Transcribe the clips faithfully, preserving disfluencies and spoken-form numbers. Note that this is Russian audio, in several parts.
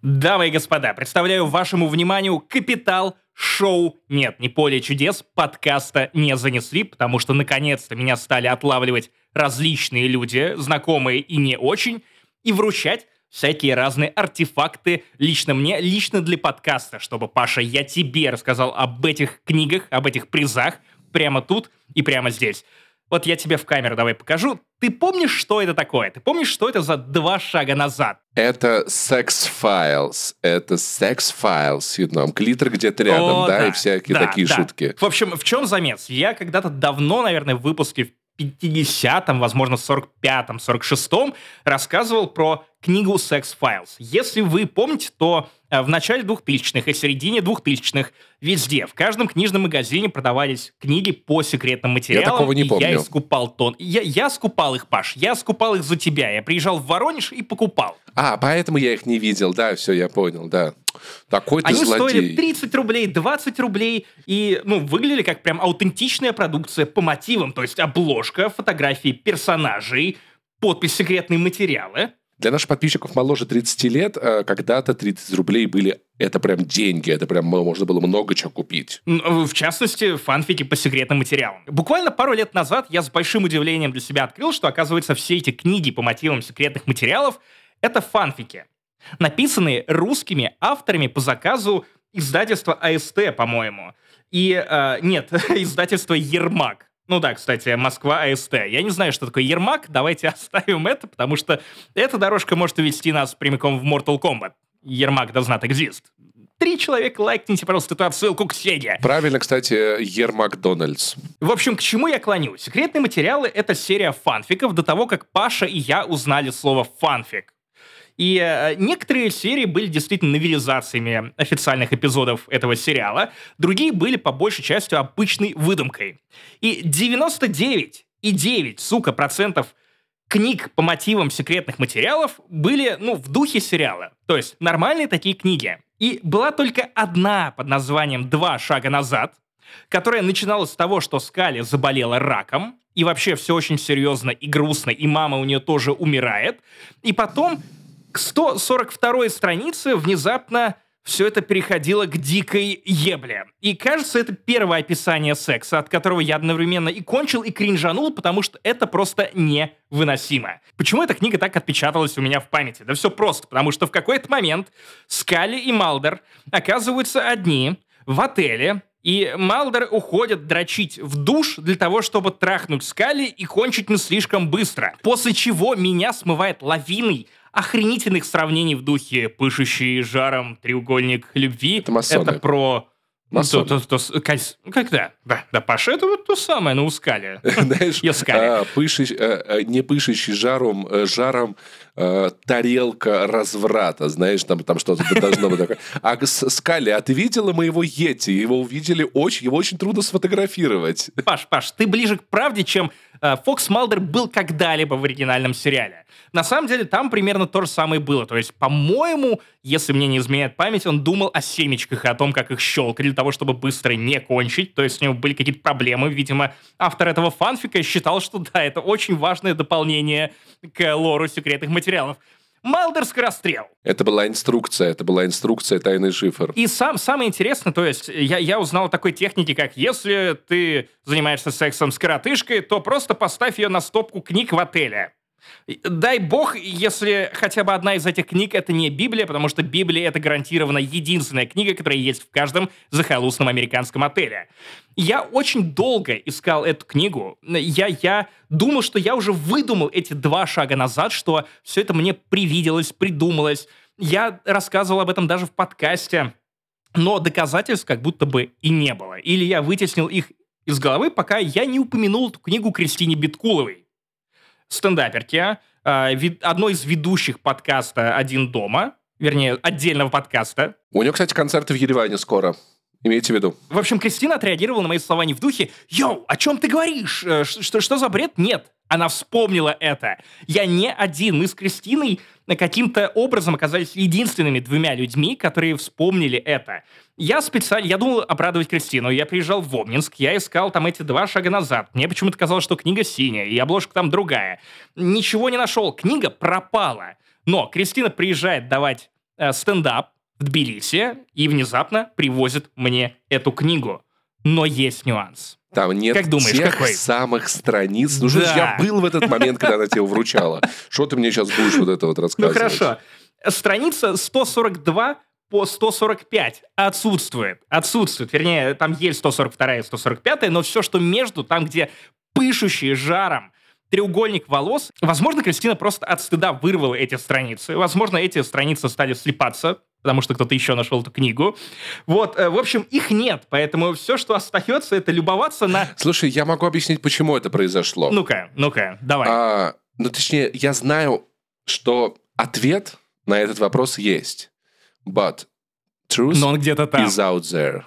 Дамы и господа, представляю вашему вниманию «Капитал Шоу». Нет, не «Поле чудес», подкаста не занесли, потому что наконец-то меня стали отлавливать различные люди, знакомые и не очень, и вручать всякие разные артефакты лично мне, лично для подкаста, чтобы, Паша, я тебе рассказал об этих книгах, об этих призах прямо тут и прямо здесь. Вот я тебе в камеру давай покажу. Ты помнишь, что это такое? Ты помнишь, что это за два шага назад? Это Sex Files. Это Sex Files. You know, глиттер где-то рядом, О, да, да, и всякие да, такие да. шутки. В общем, в чем замес? Я когда-то давно, наверное, в выпуске в пятидесятом, возможно, сорок пятом, сорок шестом рассказывал про книгу Sex Files. Если вы помните, то в начале двухтысячных и середине двухтысячных везде, в каждом книжном магазине продавались книги по секретным материалам. Я такого не и помню. Я скупал тон. Я, я скупал их, Паш. Я скупал их за тебя. Я приезжал в Воронеж и покупал. А, поэтому я их не видел. Да, все, я понял, да. Такой ты Они злодей. стоили тридцать рублей, двадцать рублей и, ну, выглядели как прям аутентичная продукция по мотивам. То есть обложка, фотографии персонажей, подпись «Секретные материалы». Для наших подписчиков моложе тридцати лет когда-то тридцать рублей были, это прям деньги, это прям можно было много чего купить. В частности, фанфики по секретным материалам. Буквально пару лет назад я с большим удивлением для себя открыл, что, оказывается, все эти книги по мотивам секретных материалов — это фанфики, написанные русскими авторами по заказу издательства а эс тэ, по-моему. И, э, нет, издательства «Ермак». Ну да, кстати, Москва а эс тэ. Я не знаю, что такое Ермак, давайте оставим это, потому что эта дорожка может увести нас прямиком в Mortal Kombat. Ермак does not exist. Три человека лайкните, пожалуйста, эту отсылку к Сеге. Правильно, кстати, Ер Макдональдс. В общем, к чему я клоню? Секретные материалы — это серия фанфиков до того, как Паша и я узнали слово «фанфик». И э, некоторые серии были действительно новелизациями официальных эпизодов этого сериала, другие были по большей части обычной выдумкой. И девяносто девять и девять, сука, процентов книг по мотивам секретных материалов были, ну, в духе сериала. То есть нормальные такие книги. И была только одна под названием «Два шага назад», которая начиналась с того, что Скали заболела раком, и вообще все очень серьезно и грустно, и мама у нее тоже умирает. И потом к сто сорок второй странице внезапно все это переходило к дикой ебле. И кажется, это первое описание секса, от которого я одновременно и кончил, и кринжанул, потому что это просто невыносимо. Почему эта книга так отпечаталась у меня в памяти? Да все просто, потому что в какой-то момент Скали и Малдер оказываются одни в отеле, и Малдер уходит дрочить в душ для того, чтобы трахнуть Скали и кончить не слишком быстро. После чего меня смывает лавиной охренительных сравнений в духе «Пышущий жаром треугольник любви». Это масоны. Это про... Масоны. То, то, то, как да? Да, да, Паша, это вот то самое на Ускале. Знаешь, Я Скали. а, пышущий, а, не пышущий жаром, а, жаром а, тарелка разврата, знаешь, там, там что-то должно быть такое. А Скали, а ты видела моего Йети? Его увидели очень, его очень трудно сфотографировать. Паш, Паш, ты ближе к правде, чем э, Фокс Малдер был когда-либо в оригинальном сериале. На самом деле там примерно то же самое было. То есть, по-моему, если мне не изменяет память, он думал о семечках и о том, как их щелкать для того, чтобы быстро не кончить. То есть у него были какие-то проблемы. Видимо, автор этого фанфика считал, что да, это очень важное дополнение к лору секретных материалов. Малдер скорострел. Это была инструкция, это была инструкция «Тайный шифр». И сам, самое интересное, то есть я, я узнал о такой технике, как если ты занимаешься сексом с коротышкой, то просто поставь ее на стопку книг в отеле. Дай бог, если хотя бы одна из этих книг — это не Библия, потому что Библия — это гарантированно единственная книга, которая есть в каждом захолустном американском отеле. Я очень долго искал эту книгу. Я, я думал, что я уже выдумал эти два шага назад, что все это мне привиделось, придумалось. Я рассказывал об этом даже в подкасте, но доказательств как будто бы и не было. Или я вытеснил их из головы, пока я не упомянул эту книгу Кристине Биткуловой, стендаперке, одной из ведущих подкаста «Один дома», вернее, отдельного подкаста. У нее, кстати, концерты в Ереване скоро. Имейте в виду. В общем, Кристина отреагировала на мои слова не в духе «Йоу, о чем ты говоришь? Что, что за бред?» Нет, она вспомнила это. Я не один. Мы с Кристиной каким-то образом оказались единственными двумя людьми, которые вспомнили это. Я специально... Я думал обрадовать Кристину. Я приезжал в Обнинск, я искал там эти два шага назад. Мне почему-то казалось, что книга синяя, и обложка там другая. Ничего не нашел. Книга пропала. Но Кристина приезжает давать э, стендап в Тбилиси и внезапно привозит мне эту книгу. Но есть нюанс. Там нет как думаешь, тех какой? самых страниц. Ну, Да. что ж, я был в этот момент, когда она тебе вручала. Что ты мне сейчас будешь вот это вот рассказывать? Ну, хорошо. Страница сто сорок два по сто сорок пять отсутствует. Отсутствует. Вернее, там есть сто сорок два и сто сорок пять, но все, что между, там, где пышущие жаром треугольник волос, возможно, Кристина просто от стыда вырвала эти страницы. Возможно, эти страницы стали слипаться, потому что кто-то еще нашел эту книгу. Вот, в общем, их нет, поэтому все, что остается, это любоваться на... Слушай, я могу объяснить, почему это произошло. Ну-ка, ну-ка, давай. А, ну, точнее, я знаю, что ответ на этот вопрос есть. But truth Но он где-то там. is out there.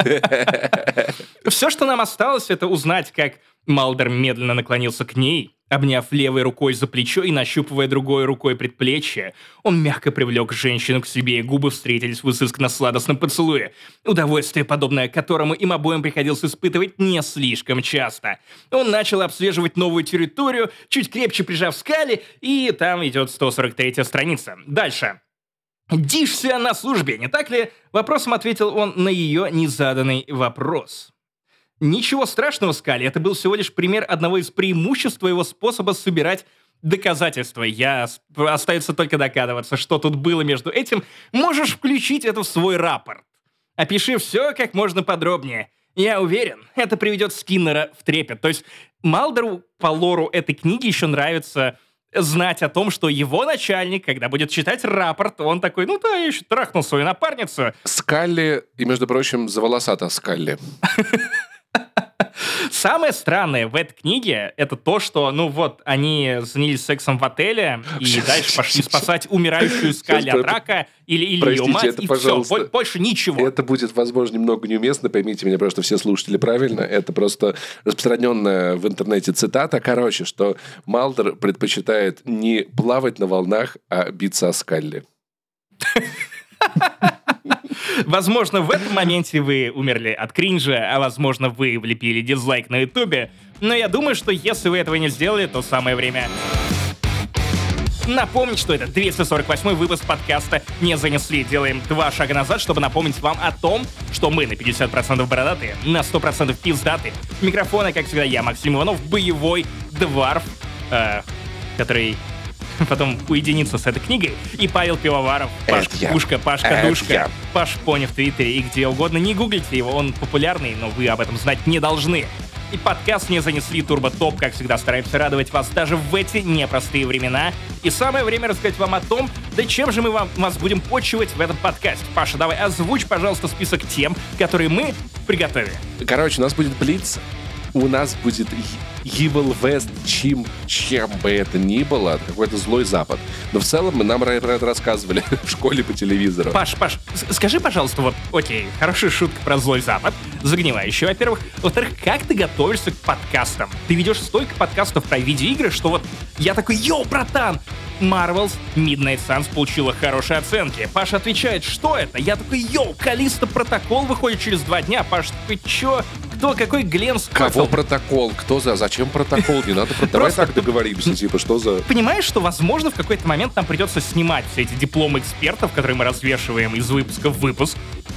Все, что нам осталось, это узнать, как Малдер медленно наклонился к ней, обняв левой рукой за плечо и нащупывая другой рукой предплечье. Он мягко привлек женщину к себе, и губы встретились в изысканно-сладостном поцелуе. Удовольствие, подобное которому им обоим приходилось испытывать не слишком часто. Он начал обслеживать новую территорию, чуть крепче прижав скали, и там идет сто сорок третья страница. Дальше. «Дишься на службе, не так ли?» Вопросом ответил он на ее незаданный вопрос. Ничего страшного, Скали, это был всего лишь пример одного из преимуществ твоего способа собирать доказательства. Я остается только догадываться, что тут было между этим. Можешь включить это в свой рапорт. Опиши все как можно подробнее. Я уверен, это приведет Скиннера в трепет. То есть Малдеру по лору этой книги еще нравится знать о том, что его начальник, когда будет читать рапорт, он такой, ну да, я еще трахнул свою напарницу. Скалли, и, между прочим, за волосата Скалли. Самое странное в этой книге это то, что, ну вот, они занялись сексом в отеле и дальше пошли спасать умирающую Скалли от рака или, или Простите, ее мать, это, и пожалуйста, все, больше ничего. Это будет, возможно, немного неуместно, поймите меня, просто все слушатели правильно. Это просто распространенная в интернете цитата. Короче, что Малдер предпочитает не плавать на волнах, а биться о Скалли. Возможно, в этом моменте вы умерли от кринжа, а возможно, вы влепили дизлайк на ютубе. Но я думаю, что если вы этого не сделали, то самое время напомнить, что это двести сорок восьмой выпуск подкаста «Не занесли». Делаем два шага назад, чтобы напомнить вам о том, что мы на пятьдесят процентов бородатые, на сто процентов пиздатые. Микрофоны, как всегда, я, Максим Иванов, боевой дварф, э, который потом уединится с этой книгой, и Павел Пивоваров, Пашка-Пушка, Пашка-Душка, Паш Пони в Твиттере и где угодно. Не гуглите его, он популярный, но вы об этом знать не должны. И подкаст «Не занесли» Турбо Топ, как всегда, стараемся радовать вас даже в эти непростые времена. И самое время рассказать вам о том, да чем же мы вам, вас будем почивать в этом подкасте. Паша, давай озвучь, пожалуйста, список тем, которые мы приготовили. Короче, у нас будет блиц, у нас будет Evil West, чем, чем бы это ни было, какой-то злой Запад. Но в целом мы нам про это рассказывали в школе по телевизору. Паш, Паш, скажи, пожалуйста, вот, окей, хорошая шутка про злой Запад, загнивающая, во-первых. Во-вторых, как ты готовишься к подкастам? Ты ведешь столько подкастов про видеоигры, что вот я такой, йоу, братан, Marvel's Midnight Suns получила хорошие оценки. Паша отвечает, что это? Я такой, йоу, Каллисто Протокол выходит через два дня. Паша такой, чё? Кто? Какой Глен Скофилд? Кого протокол? Кто за? Зачем протокол? Не надо. Давай так договоримся, типа, что за... Понимаешь, что, возможно, в какой-то момент нам придется снимать все эти дипломы экспертов, которые мы развешиваем из выпуска в выпуск.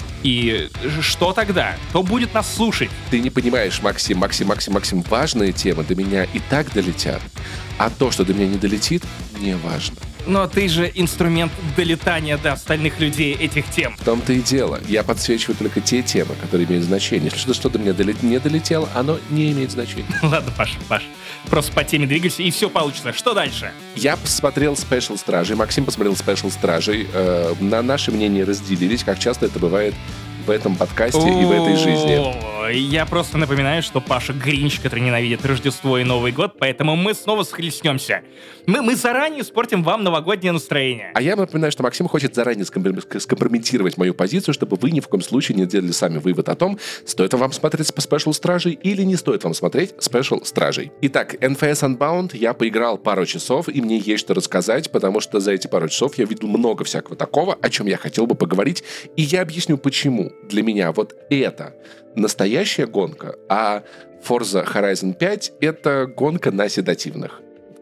И что тогда? Кто будет нас слушать? Ты не понимаешь, Максим, Максим, Максим, Максим, важные темы до меня и так долетят. А то, что до меня не долетит, не важно. Но ты же инструмент долетания до остальных людей этих тем. В том-то и дело. Я подсвечиваю только те темы, которые имеют значение. Если что-то, что до меня долет... не долетело, оно не имеет значения. Ладно, Паш, Паш. Просто по теме двигайся, и все получится. Что дальше? Я посмотрел «Спешл Стражей», Максим посмотрел «Спешл Стражей». Э, на наши мнения разделились, как часто это бывает в этом подкасте и в этой жизни. Я просто напоминаю, что Паша Гринч, который ненавидит Рождество и Новый год, поэтому мы снова схлестнемся. Мы, мы заранее испортим вам новогоднее настроение. А я напоминаю, что Максим хочет заранее скомпрометировать мою позицию, чтобы вы ни в коем случае не делали сами вывод о том, стоит вам смотреть Спешл Стражей или не стоит вам смотреть Спешл Стражей. Итак, эн эф эс Unbound я поиграл пару часов, и мне есть что рассказать, потому что за эти пару часов я видел много всякого такого, о чем я хотел бы поговорить, и я объясню, почему. Для меня вот это настоящая гонка, а Forza Horizon пять — это гонка на седативных.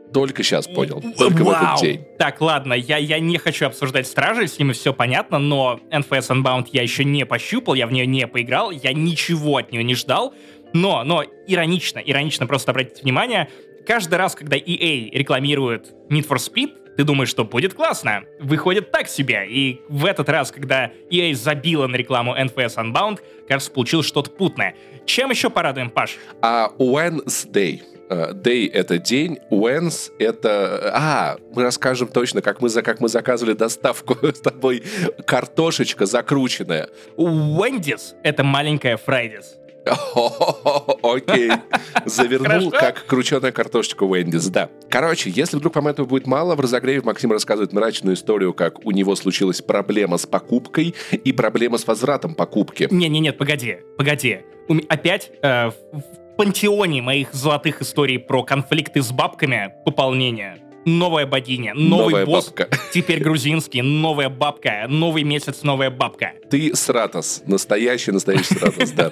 Только сейчас понял. Только Вау. в этот день. Так, ладно, я, я не хочу обсуждать Стражи, с ними все понятно, но эн эф эс Unbound я еще не пощупал, я в нее не поиграл, я ничего от нее не ждал. Но, но иронично, иронично просто обратите внимание, каждый раз, когда и эй рекламирует Need for Speed, ты думаешь, что будет классно. Выходит так себе. И в этот раз, когда и эй забила на рекламу эн эф эс Unbound, кажется, получилось что-то путное. Чем еще порадуем, Паш? А Wednesday. Day — это день, Wednesday — это... А, мы расскажем точно, как мы, за... как мы заказывали доставку с тобой. Картошечка закрученная. Wendy's — это маленькая Фрайдис. Окей. Завернул, Хорошо. как крученая картошечка Wendy's, да. Короче, если вдруг вам этого будет мало, в разогреве Максим рассказывает мрачную историю, как у него случилась проблема с покупкой и проблема с возвратом покупки. Не-не-нет, погоди, погоди. У ме- Опять э, в в пантеоне моих золотых историй про конфликты с бабками пополнение. Новая богиня, новый Новая босс, бабка. теперь грузинский, новая бабка, новый месяц, новая бабка. Ты Сратос. Настоящий, настоящий Сратос, да.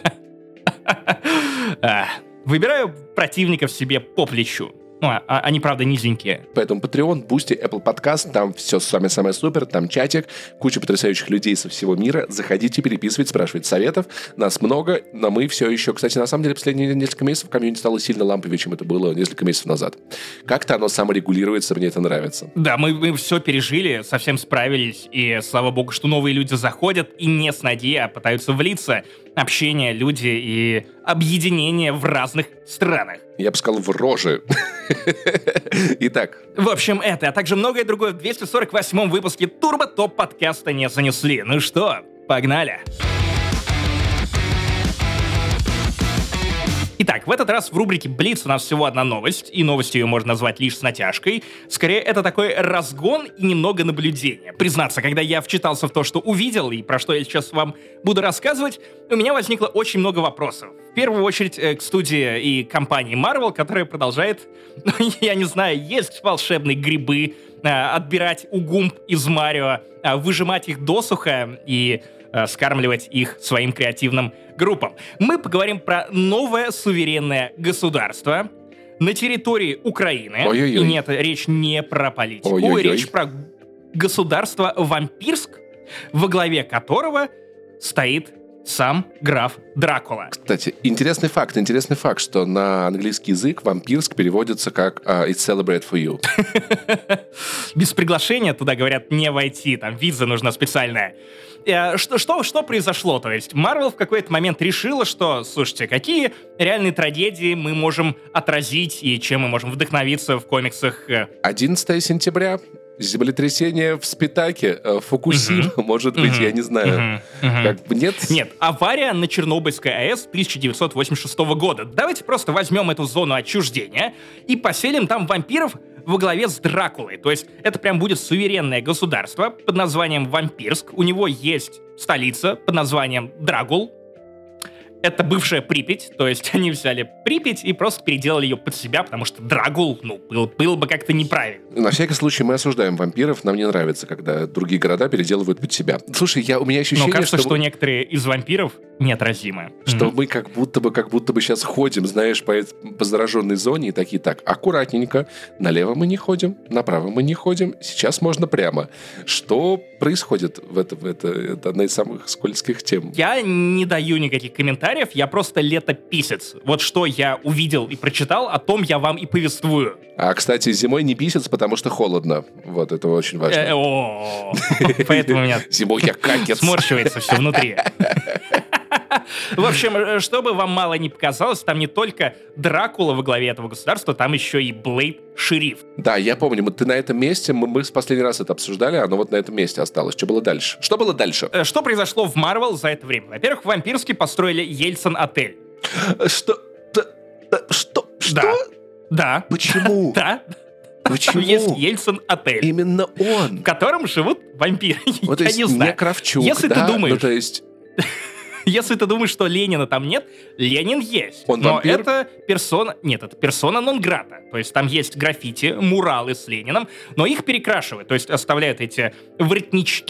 А, Выбираю противников себе по плечу. Ну, а- а- они, правда, низенькие. Поэтому Patreon, Boosty, Apple Podcast, там все самое-самое супер, там чатик, куча потрясающих людей со всего мира. Заходите, переписывайте, спрашивайте советов. Нас много, но мы все еще... Кстати, на самом деле, последние несколько месяцев комьюнити стало сильно ламповее, чем это было несколько месяцев назад. Как-то оно саморегулируется, мне это нравится. Да, мы, мы все пережили, совсем справились, и слава богу, что новые люди заходят и не с ноги, а пытаются влиться. Общение, люди и объединение в разных странах. Я бы сказал, в роже. Итак, В общем, это, а также многое другое в двести сорок восьмом выпуске Турбо Топ подкаста не занесли. Ну что, погнали! Итак, в этот раз в рубрике «Блиц» у нас всего одна новость, и новостью ее можно назвать лишь с натяжкой. Скорее, это такой разгон и немного наблюдения. Признаться, когда я вчитался в то, что увидел, и про что я сейчас вам буду рассказывать, у меня возникло очень много вопросов. В первую очередь э, к студии и компании Marvel, которая продолжает, ну, я не знаю, есть волшебные грибы, э, отбирать у гумб из Марио, э, выжимать их досуха и э, скармливать их своим креативным группам. Мы поговорим про новое суверенное государство на территории Украины. Ой-ой-ой. И нет, речь не про политику, Ой-ой-ой. речь про государство Вампирск, во главе которого стоит сам граф Дракула. кстати, интересный факт, интересный факт, что на английский язык вампирск переводится как uh, «It's celebrate for you». Без приглашения туда, говорят, не войти, там виза нужна специальная. Э, Что, что, что произошло? То есть Marvel в какой-то момент решила, что, слушайте, какие реальные трагедии мы можем отразить и чем мы можем вдохновиться в комиксах. э, одиннадцатого сентября. Землетрясение в Спитаке, э, Фукусима, может быть, Мгм. я не знаю. Мгм. Мгм. Как бы нет? Нет, авария на Чернобыльской АЭС тысяча девятьсот восемьдесят шестого года. Давайте просто возьмем эту зону отчуждения и поселим там вампиров во главе с Дракулой. То есть это прям будет суверенное государство под названием Вампирск. У него есть столица под названием Драгул. Это бывшая Припять, то есть они взяли Припять и просто переделали ее под себя, потому что Драгул, ну, был, было бы как-то неправильно. На всякий случай мы осуждаем вампиров. Нам не нравится, когда другие города переделывают под себя. Слушай, я, у меня ощущение, Но кажется, что, что, некоторые из вампиров неотразимы. что Мгм. мы как будто бы, как будто бы сейчас ходим, знаешь, по, эт- по зараженной зоне и такие, так, аккуратненько. Налево мы не ходим, направо мы не ходим. Сейчас можно прямо. Что происходит в это, в это, это одна из самых скользких тем. Я не даю никаких комментариев, я просто летописец. Вот что я увидел и прочитал, о том я вам и повествую. А, кстати, зимой не писец, потому что холодно. Вот, это очень важно. Э, о, Поэтому у меня Зимой я какец. сморщивается все внутри. В общем, э, чтобы вам мало не показалось, там не только Дракула во главе этого государства, там еще и Блейд Шериф. Да, я помню, мы- ты на этом месте, мы, мы в последний раз это обсуждали, оно вот на этом месте осталось. Что было дальше? Что было дальше? Э, Что произошло в Марвел за это время? Во-первых, в Вампирске построили Ельцин-отель. Что? Т- т- Что? Что? Да. Да. Почему? Да. Почему? Есть Ельцин-отель, Именно он. в котором живут вампиры. Вот, то Я есть не не знаю. Кравчук, Если ты да? думаешь- Ну, то есть, Если ты думаешь, что Ленина там нет, Ленин есть. Он Но вампир? это персона... Нет, это персона нон-грата. То есть там есть граффити, муралы с Лениным, но их перекрашивают. То есть оставляют эти воротнички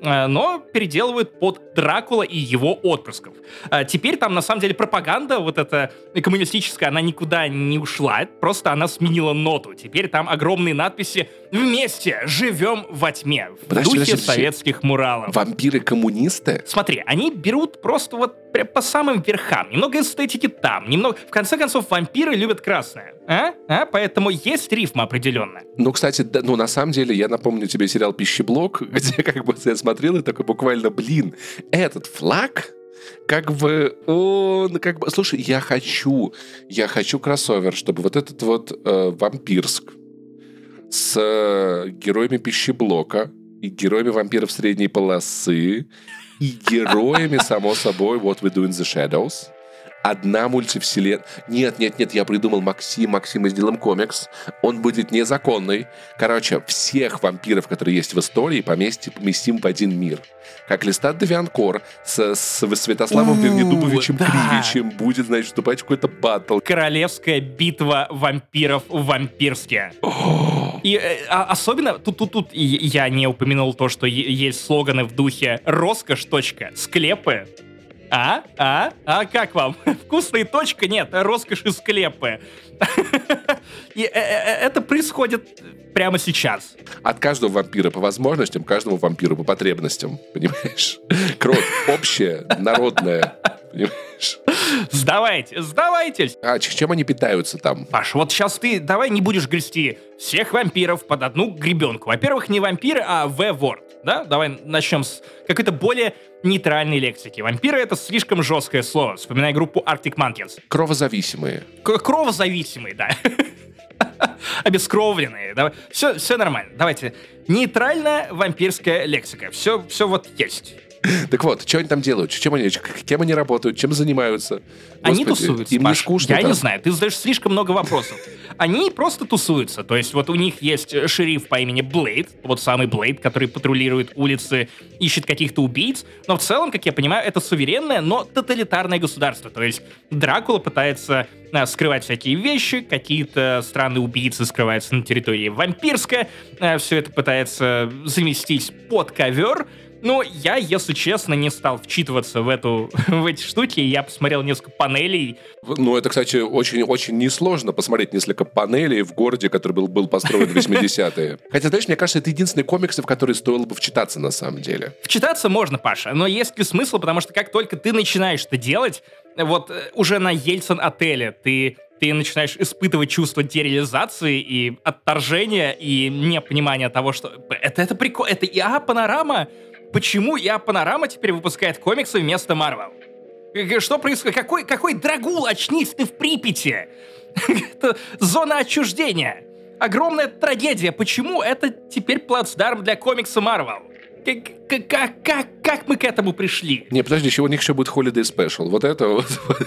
но переделывают под Дракула и его отпрысков. Теперь там, на самом деле, пропаганда вот эта коммунистическая, она никуда не ушла, просто она сменила ноту. Теперь там огромные надписи «Вместе живем во тьме» в Подожди, духе подожди, подожди. советских муралов. Вампиры-коммунисты? Смотри, они берут просто вот прям по самым верхам. Немного эстетики там, немного... В конце концов, вампиры любят красное. А? А? Поэтому есть рифма определенная. Ну, кстати, да, ну, на самом деле, я напомню тебе сериал «Пищеблок», где как бы я смотрел и такой буквально, блин, этот флаг... Как бы, он, как бы, слушай, я хочу, я хочу кроссовер, чтобы вот этот вот э, Вампирск с э, героями Пищеблока и героями вампиров средней полосы и героями, само собой, What We Do in the Shadows. Одна мультивселенная. Нет, нет, нет, я придумал Максим, Максим, мы сделаем комикс. Он будет незаконный. Короче, всех вампиров, которые есть в истории, поместим, поместим в один мир. Как Листат Девианкор с, с Святославом Вернедубовичем да. Кривичем будет, значит, вступать в какой-то баттл. Королевская битва вампиров в Вампирске. И э, а, особенно, тут, тут, тут я не упомянул то, что е- есть слоганы в духе «Роскошь. Склепы». А? А? А как вам? Вкусная точка? Нет, роскошь и склепы. И это происходит прямо сейчас. От каждого вампира по возможностям, каждому вампиру по потребностям. Понимаешь? Кровь общая, народная. Понимаешь? Сдавайте, сдавайтесь. А чем они питаются там? Паш, вот сейчас ты давай не будешь грести всех вампиров под одну гребенку. Во-первых, не вампиры, а V-word. Да? Давай начнем с какой-то более нейтральной лексики. Вампиры — это слишком жесткое слово. Вспоминай группу Arctic Monkeys. Кровозависимые. К- кровозависимые, да. Обескровленные. Давай. Все, все нормально. Давайте. Нейтральная вампирская лексика. Все, все вот есть. Так вот, что они там делают? Чем они, кем они работают? Чем занимаются? Они Господи, тусуются, им Паш. не скучно Я там? не знаю, ты задаешь слишком много вопросов. Они просто тусуются. То есть вот у них есть шериф по имени Блейд, вот самый Блейд, который патрулирует улицы, ищет каких-то убийц. Но в целом, как я понимаю, это суверенное, но тоталитарное государство. То есть Дракула пытается а, скрывать всякие вещи, какие-то странные убийцы скрываются на территории Вампирска. А, все это пытается заместить под ковер. Ну, я, если честно, не стал вчитываться в, эту, в эти штуки. Я посмотрел несколько панелей. Ну, это, кстати, очень-очень несложно посмотреть несколько панелей в городе, который был, был построен в восьмидесятые. Хотя, знаешь, мне кажется, это единственные комиксы, в которые стоило бы вчитаться на самом деле. Вчитаться можно, Паша, но есть ли смысл? Потому что как только ты начинаешь это делать, вот уже на Ельцин-отеле ты... ты начинаешь испытывать чувство дереализации и отторжения, и непонимания того, что... Это, это прикольно, это ИА Панорама. Почему ИА Панорама теперь выпускает комиксы вместо Марвел? Что происходит? Какой, какой Драгул? Очнись, ты в Припяти! Это зона отчуждения. Огромная трагедия. Почему это теперь плацдарм для комикса Марвел? Как, как, как, как мы к этому пришли? Не, подожди, еще у них еще будет Holiday Special. Вот это вот.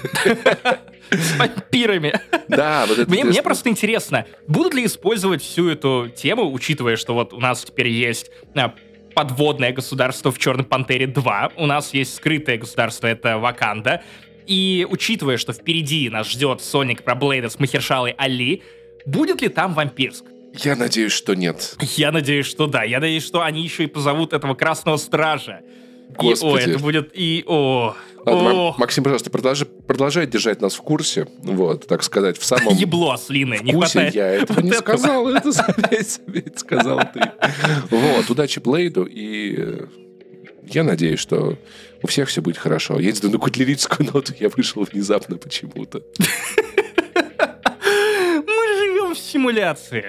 С вампирами. Да, вот это. Мне, мне просто интересно, будут ли использовать всю эту тему, учитывая, что вот у нас теперь есть а, подводное государство в «Черной Пантере два», у нас есть скрытое государство, это Ваканда, и учитывая, что впереди нас ждет Соник про Блейда с Махершалой Али, будет ли там Вампирск? Я надеюсь, что нет. Я надеюсь, что да. Я надеюсь, что они еще и позовут этого Красного Стража. Господи. И, о, это будет и... О, Ладно, о. Максим, пожалуйста, продолжи, продолжай держать нас в курсе, вот, так сказать, в самом... Ебло ослиное, не вкусе хватает. я этого вот не этого. сказал, это заметь, заметь, сказал ты. Вот, удачи Блейду, и э, я надеюсь, что у всех все будет хорошо. Я не знаю, на какую-то лирическую ноту я вышел внезапно почему-то. Мы живем в симуляции.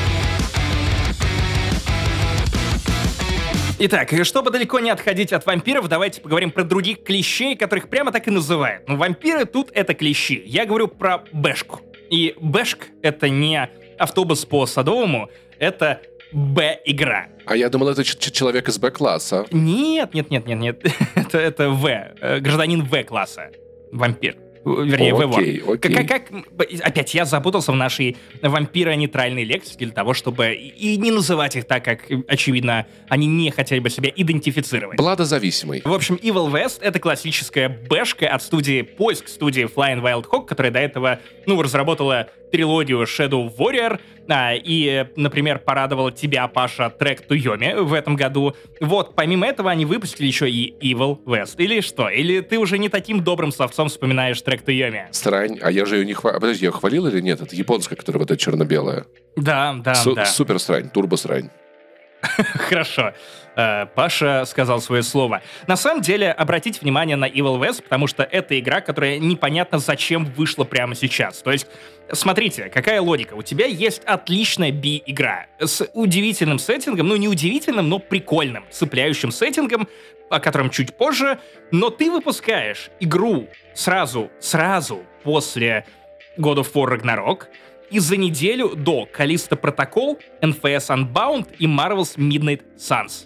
Итак, чтобы далеко не отходить от вампиров, давайте поговорим про других клещей, которых прямо так и называют. Ну, вампиры тут это клещи. Я говорю про Бэшку. И Бэшк — это не автобус по Садовому, это Б-игра. А я думал, это ч- ч- человек из Б-класса. Нет, нет, нет, нет, нет. это, это В. э, Гражданин В-класса. Вампир. Вернее, Окей, В-ворд. окей. Как, как, опять, я запутался в нашей вампиро-нейтральной лексике для того, чтобы и не называть их так, как, очевидно, они не хотели бы себя идентифицировать. Бладозависимый. В общем, Evil West — это классическая бэшка от студии, поиск студии Flying Wild Hog, которая до этого, ну, разработала трилогию Shadow Warrior, а, и, например, порадовал тебя, Паша, трек Туйоми в этом году. Вот, помимо этого, они выпустили еще и Evil West. Или что? Или ты уже не таким добрым словцом вспоминаешь трек Туйоми? Срань, а я же ее не хвалил. Подожди, я ее хвалил или нет? Это японская, которая вот эта черно-белая. Да, да, Су- да. Супер срань, турбо срань. Хорошо. Э, Паша сказал свое слово. На самом деле, обратите внимание на Evil West, потому что это игра, которая непонятно зачем вышла прямо сейчас. То есть, смотрите, какая логика. У тебя есть отличная би-игра с удивительным сеттингом, ну не удивительным, но прикольным, цепляющим сеттингом, о котором чуть позже, но ты выпускаешь игру сразу, сразу после God of War Ragnarok, и за неделю до Callisto Protocol, эн эф эс Unbound и Marvel's Midnight Suns.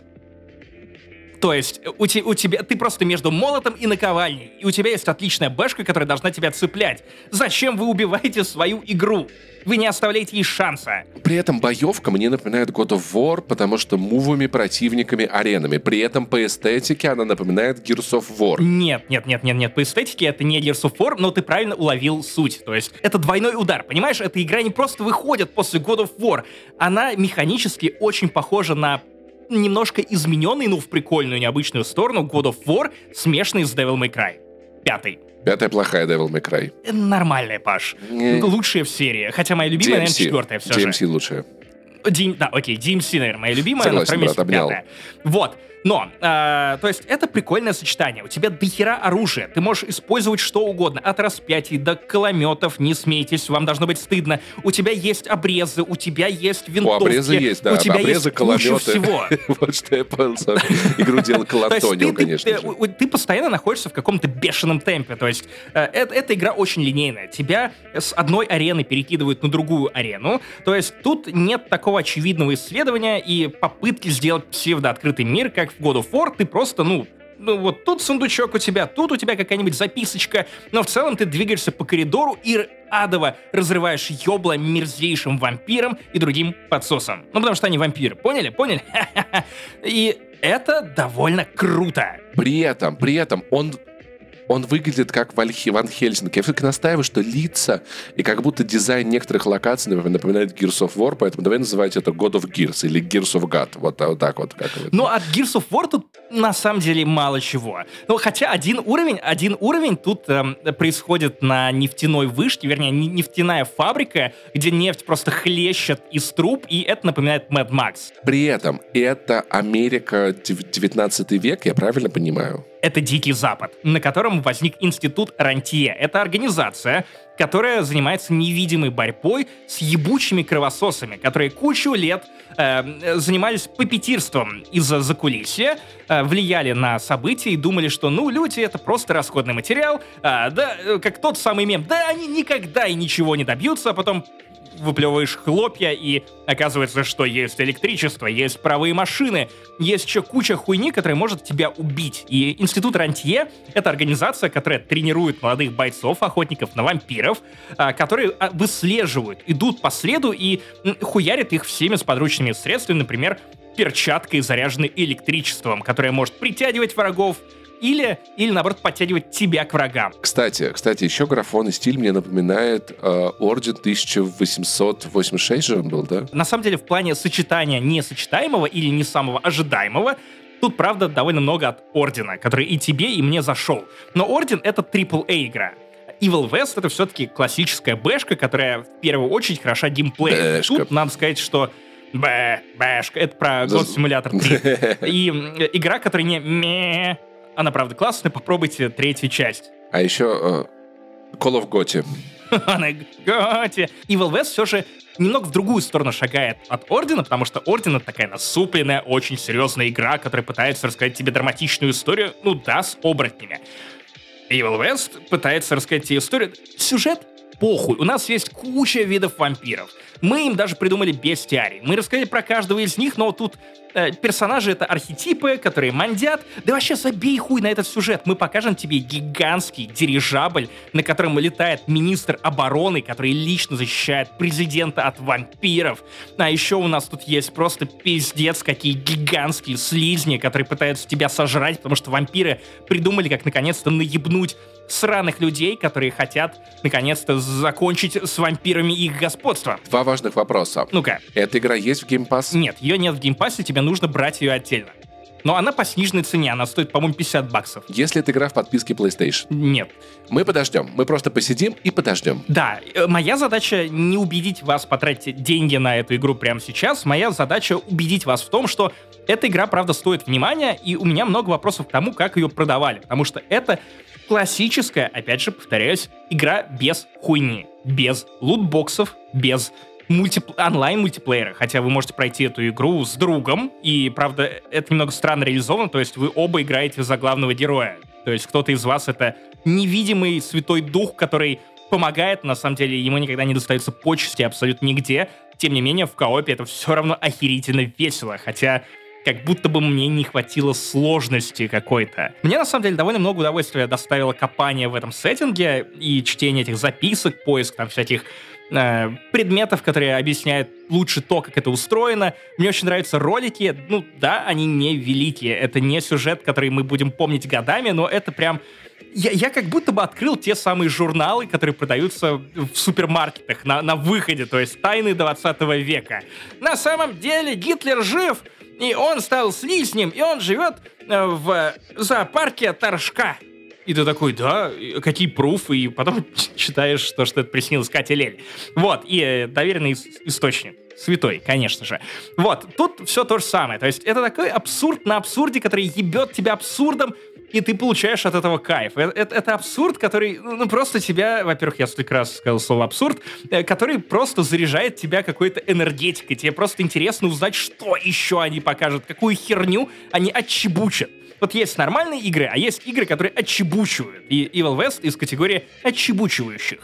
То есть у, те, у тебя ты просто между молотом и наковальней, и у тебя есть отличная бэшка, которая должна тебя цеплять. Зачем вы убиваете свою игру? Вы не оставляете ей шанса. При этом боевка мне напоминает God of War, потому что мувами, противниками, аренами. При этом по эстетике она напоминает Gears of War. Нет, нет, нет, нет, нет. По эстетике это не Gears of War, но ты правильно уловил суть. То есть это двойной удар, понимаешь? Эта игра не просто выходит после God of War. Она механически очень похожа на немножко измененный, ну, в прикольную, необычную сторону God of War, смешанный с Devil May Cry. Пятый. Пятая плохая Devil May Cry. Нормальная, Паш. Не. Лучшая в серии. Хотя моя любимая, наверное, четвертая все ди эм же. си лучшая. Ди- да, окей, ди эм си, наверное, моя любимая, Согласен, на втором месте брат, обнял. пятая. Вот. Но, э, то есть, это прикольное сочетание. У тебя дохера оружия. Ты можешь использовать что угодно. От распятий до кулеметов. Не смейтесь, вам должно быть стыдно. У тебя есть обрезы, у тебя есть винтовки. У обрезы есть, да. У тебя Обрезы, есть куча кулеметы. всего. Вот что я понял. Игру делал То есть Колантонио, ты, ты, конечно ты, же. у- ты постоянно находишься в каком-то бешеном темпе. То есть э, э- эта игра очень линейная. Тебя с одной арены перекидывают на другую арену. То есть тут нет такого очевидного исследования и попытки сделать псевдооткрытый мир, как в God of War. Ты просто, ну, ну вот тут сундучок у тебя, тут у тебя какая-нибудь записочка, но в целом ты двигаешься по коридору и адово разрываешь ёбла мерзейшим вампирам и другим подсосам. Ну, потому что они вампиры, поняли? Поняли? И это довольно круто. При этом, при этом он, он выглядит как Вальхи- Ван Хельсинг. Я все-таки настаиваю, что лица и как будто дизайн некоторых локаций например, напоминает Gears of War, поэтому давай называть это God of Gears или Gears of God. Вот, вот так вот. Как это. Ну, от Gears of War тут на самом деле мало чего. Ну, хотя один уровень, один уровень тут эм, происходит на нефтяной вышке, вернее, не- нефтяная фабрика, где нефть просто хлещет из труб, и это напоминает Mad Max. При этом это Америка дев- девятнадцатый век, я правильно понимаю? Это Дикий Запад, на котором возник институт Рантье. Это организация, которая занимается невидимой борьбой с ебучими кровососами, которые кучу лет э, занимались папетирством из-за закулисья, э, влияли на события и думали, что, ну, люди — это просто расходный материал, а, да, э, как тот самый мем, да, они никогда и ничего не добьются, а потом выплевываешь хлопья, и оказывается, что есть электричество, есть паровые машины, есть еще куча хуйни, которая может тебя убить. И Институт Рантье — это организация, которая тренирует молодых бойцов, охотников на вампиров, а, которые а, выслеживают, идут по следу и м, хуярят их всеми сподручными средствами, например, перчаткой, заряженной электричеством, которая может притягивать врагов, или, или наоборот, подтягивать тебя к врагам. Кстати, кстати, еще графон и стиль мне напоминает э, Орден тысяча восемьсот восемьдесят шесть же он был, да? На самом деле, в плане сочетания несочетаемого или не самого ожидаемого, тут, правда, довольно много от Ордена, который и тебе, и мне зашел. Но Орден — это трипл эй игра. Evil West — это все-таки классическая бэшка, которая в первую очередь хороша геймплеем. Бэшка. Тут надо сказать, что бэ, бэшка — это про God Simulator три. И м, игра, которая не ме, она, правда, классная, попробуйте третью часть. А еще э, Call of Gotti. Она готи. Evil West все же немного в другую сторону шагает от Ордена, потому что Орден — это такая насупленная, очень серьезная игра, которая пытается рассказать тебе драматичную историю, ну да, с оборотнями. Evil West пытается рассказать тебе историю. Сюжет похуй. У нас есть куча видов вампиров. Мы им даже придумали бестиарий. Мы рассказали про каждого из них, но тут Э, персонажи — это архетипы, которые мандят. Да вообще забей хуй на этот сюжет. Мы покажем тебе гигантский дирижабль, на котором летает министр обороны, который лично защищает президента от вампиров. А еще у нас тут есть просто пиздец какие гигантские слизни, которые пытаются тебя сожрать, потому что вампиры придумали, как наконец-то наебнуть сраных людей, которые хотят наконец-то закончить с вампирами их господство. Два важных вопроса. Ну-ка. Эта игра есть в Game Pass? Нет, ее нет в Game Pass, тебе нужно брать ее отдельно. Но она по сниженной цене, она стоит, по-моему, пятьдесят баксов. Если это игра в подписке PlayStation? Нет. Мы подождем. Мы просто посидим и подождем. Да, моя задача не убедить вас потратить деньги на эту игру прямо сейчас. Моя задача убедить вас в том, что эта игра, правда, стоит внимания, и у меня много вопросов к тому, как ее продавали. Потому что это классическая, опять же, повторяюсь, игра без хуйни. Без лутбоксов, без Мультип... онлайн-мультиплеера, хотя вы можете пройти эту игру с другом, и, правда, это немного странно реализовано, то есть вы оба играете за главного героя. То есть кто-то из вас — это невидимый святой дух, который помогает, на самом деле ему никогда не достаются почести абсолютно нигде. Тем не менее, в коопе это все равно охерительно весело, хотя как будто бы мне не хватило сложности какой-то. Мне, на самом деле, довольно много удовольствия доставило копание в этом сеттинге и чтение этих записок, поиск там всяких э, предметов, которые объясняют лучше то, как это устроено. Мне очень нравятся ролики. Ну да, они не великие. Это не сюжет, который мы будем помнить годами, но это прям... Я, я как будто бы открыл те самые журналы, которые продаются в супермаркетах на, на выходе, то есть «Тайны двадцатого века». На самом деле Гитлер жив, и он стал слизнем, и он живет э, в зоопарке Торжка. И ты такой, да, какие пруфы, и потом читаешь то, что это приснилось Кате Лель. Вот, и э, доверенный источник. Святой, конечно же. Вот, тут все то же самое. То есть это такой абсурд на абсурде, который ебет тебя абсурдом, и ты получаешь от этого кайф. Это, это, это абсурд, который, ну, просто тебя, во-первых, я столько раз сказал слово абсурд, э, который просто заряжает тебя какой-то энергетикой. Тебе просто интересно узнать, что еще они покажут, какую херню они отчебучат. Вот есть нормальные игры, а есть игры, которые отчебучивают. И Evil West из категории отчебучивающих.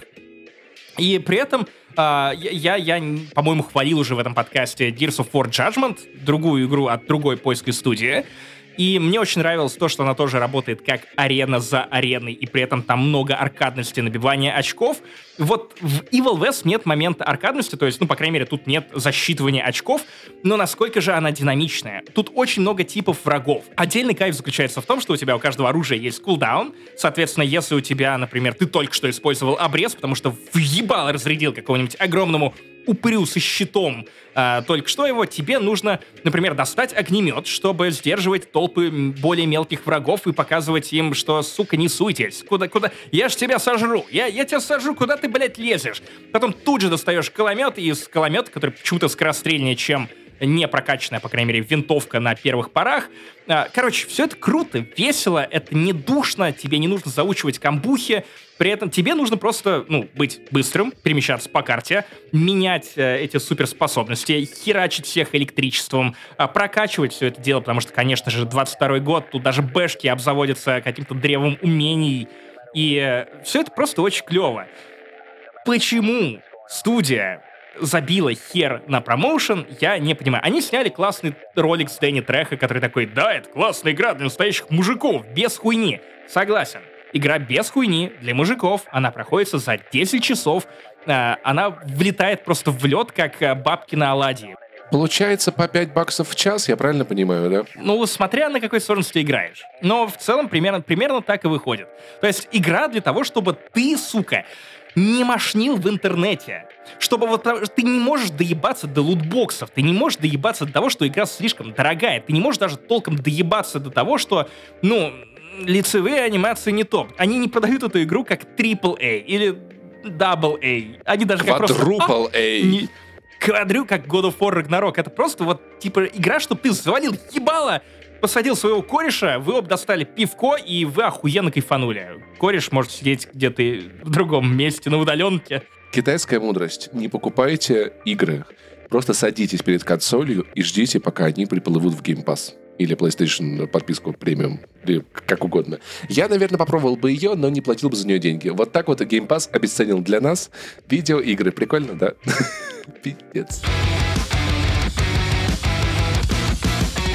И при этом Uh, я, я, я, по-моему, хвалил уже в этом подкасте Gears of War Judgment, другую игру от другой польской студии. И мне очень нравилось то, что она тоже работает как арена за ареной, и при этом там много аркадности, набивания очков. Вот в Evil West нет момента аркадности, то есть, ну, по крайней мере, тут нет засчитывания очков, но насколько же она динамичная. Тут очень много типов врагов. Отдельный кайф заключается в том, что у тебя у каждого оружия есть кулдаун. Соответственно, если у тебя, например, ты только что использовал обрез, потому что въебал разрядил какому-нибудь огромному упырю со щитом, а, только что его, тебе нужно, например, достать огнемет, чтобы сдерживать толпы более мелких врагов и показывать им, что, сука, не суйтесь. Куда, куда? Я ж тебя сожру. Я, я тебя сожру, куда ты, блядь, лезешь? Потом тут же достаешь кулемет, и из кулемета, который почему-то скорострельнее, чем не прокачанная, по крайней мере, винтовка на первых порах. Короче, все это круто, весело, это не душно, тебе не нужно заучивать камбухи, при этом тебе нужно просто, ну, быть быстрым, перемещаться по карте, менять э, эти суперспособности, херачить всех электричеством, э, прокачивать все это дело, потому что, конечно же, двадцать второй год, тут даже бэшки обзаводятся каким-то древом умений, и э, все это просто очень клево. Почему студия забила хер на промоушен, я не понимаю. Они сняли классный ролик с Дэнни Треха, который такой, да, это классная игра для настоящих мужиков, без хуйни. Согласен. Игра без хуйни для мужиков, она проходится за десять часов, э, она влетает просто в лед, как э, бабки на оладьи. Получается по пять баксов в час, я правильно понимаю, да? Ну, смотря на какой сложности ты играешь. Но в целом примерно, примерно так и выходит. То есть игра для того, чтобы ты, сука, не мошнил в интернете. Чтобы вот ты не можешь доебаться до лутбоксов, ты не можешь доебаться до того, что игра слишком дорогая, ты не можешь даже толком доебаться до того, что, ну, лицевые анимации не топ. Они не продают эту игру как трипл эй или дабл эй. Они даже как просто... Quadruple A. Квадрю, как God of War Ragnarok. Это просто вот, типа, игра, чтобы ты завалил ебало, посадил своего кореша, вы оба достали пивко, и вы охуенно кайфанули. Кореш может сидеть где-то в другом месте, на удаленке. Китайская мудрость. Не покупайте игры. Просто садитесь перед консолью и ждите, пока они приплывут в Game Pass. Или PlayStation подписку премиум, или как угодно. Я, наверное, попробовал бы ее, но не платил бы за нее деньги. Вот так вот и Game Pass обесценил для нас видеоигры. Прикольно, да? Пиздец.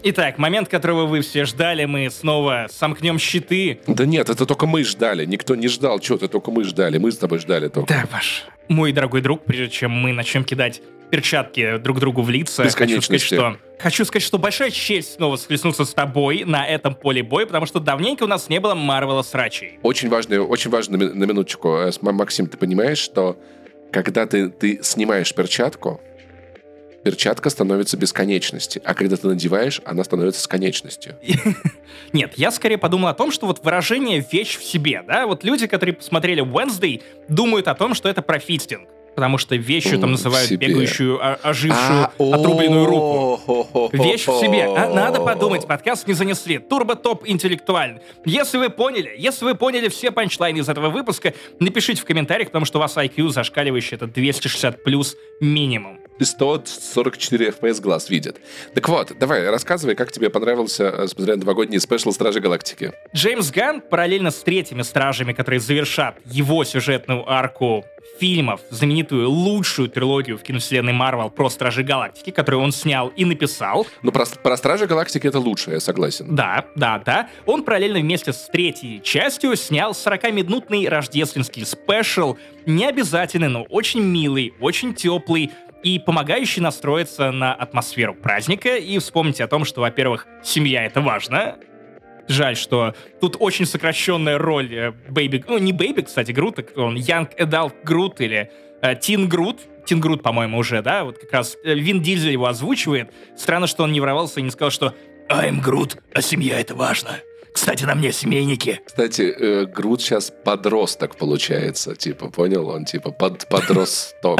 Итак, момент, которого вы все ждали, мы снова сомкнем щиты. Да нет, это только мы ждали. Никто не ждал, что ты, только мы ждали. Мы с тобой ждали только. Да, Паш. Мой дорогой друг, прежде чем мы начнем кидать перчатки друг другу в лица, хочу сказать, что... Хочу сказать, что большая честь снова схлестнуться с тобой на этом поле боя, потому что давненько у нас не было Марвела с Рачей. Очень важно, очень важно на минуточку. Максим, ты понимаешь, что когда ты, ты снимаешь перчатку, перчатка становится без конечности, а когда ты надеваешь, она становится с конечностью. Нет, я скорее подумал о том, что вот выражение «вещь в себе», да, вот люди, которые посмотрели Wednesday, думают о том, что это про фистинг. Потому что вещью там называют бегающую, ожившую, отрубленную руку. Вещь в себе. А, надо подумать, подкаст не занесли. Турбо-топ интеллектуальный. Если вы поняли, если вы поняли все панчлайны из этого выпуска, напишите в комментариях, потому что у вас ай кью зашкаливающий, это двести шестьдесят плюс минимум. сто сорок четыре эф пи эс глаз видит. Так вот, давай, рассказывай, как тебе понравился, смотря на новогодний спешл «Стражи Галактики». Джеймс Ганн параллельно с третьими Стражами, которые завершат его сюжетную арку фильмов, знаменитую лучшую трилогию в киновселенной Марвел про Стражи Галактики, которую он снял и написал. Ну, про, про Стражи Галактики это лучше, я согласен. Да, да, да. Он параллельно вместе с третьей частью снял сорокаминутный рождественский спешл, не обязательный, но очень милый, очень теплый, и помогающий настроиться на атмосферу праздника и вспомнить о том, что, во-первых, семья — это важно. Жаль, что тут очень сокращенная роль Бэйби... Ну, не Бэйби, кстати, Грут, он Young Adult Грут или Тин Грут. Тин Грут, по-моему, уже, да? Вот как раз Вин Дизель его озвучивает. Странно, что он не ворвался и не сказал, что «I'm Грут, а семья — это важно. Кстати, на мне семейники». Кстати, э, Грут сейчас подросток получается, типа, понял? Он типа под, подросток.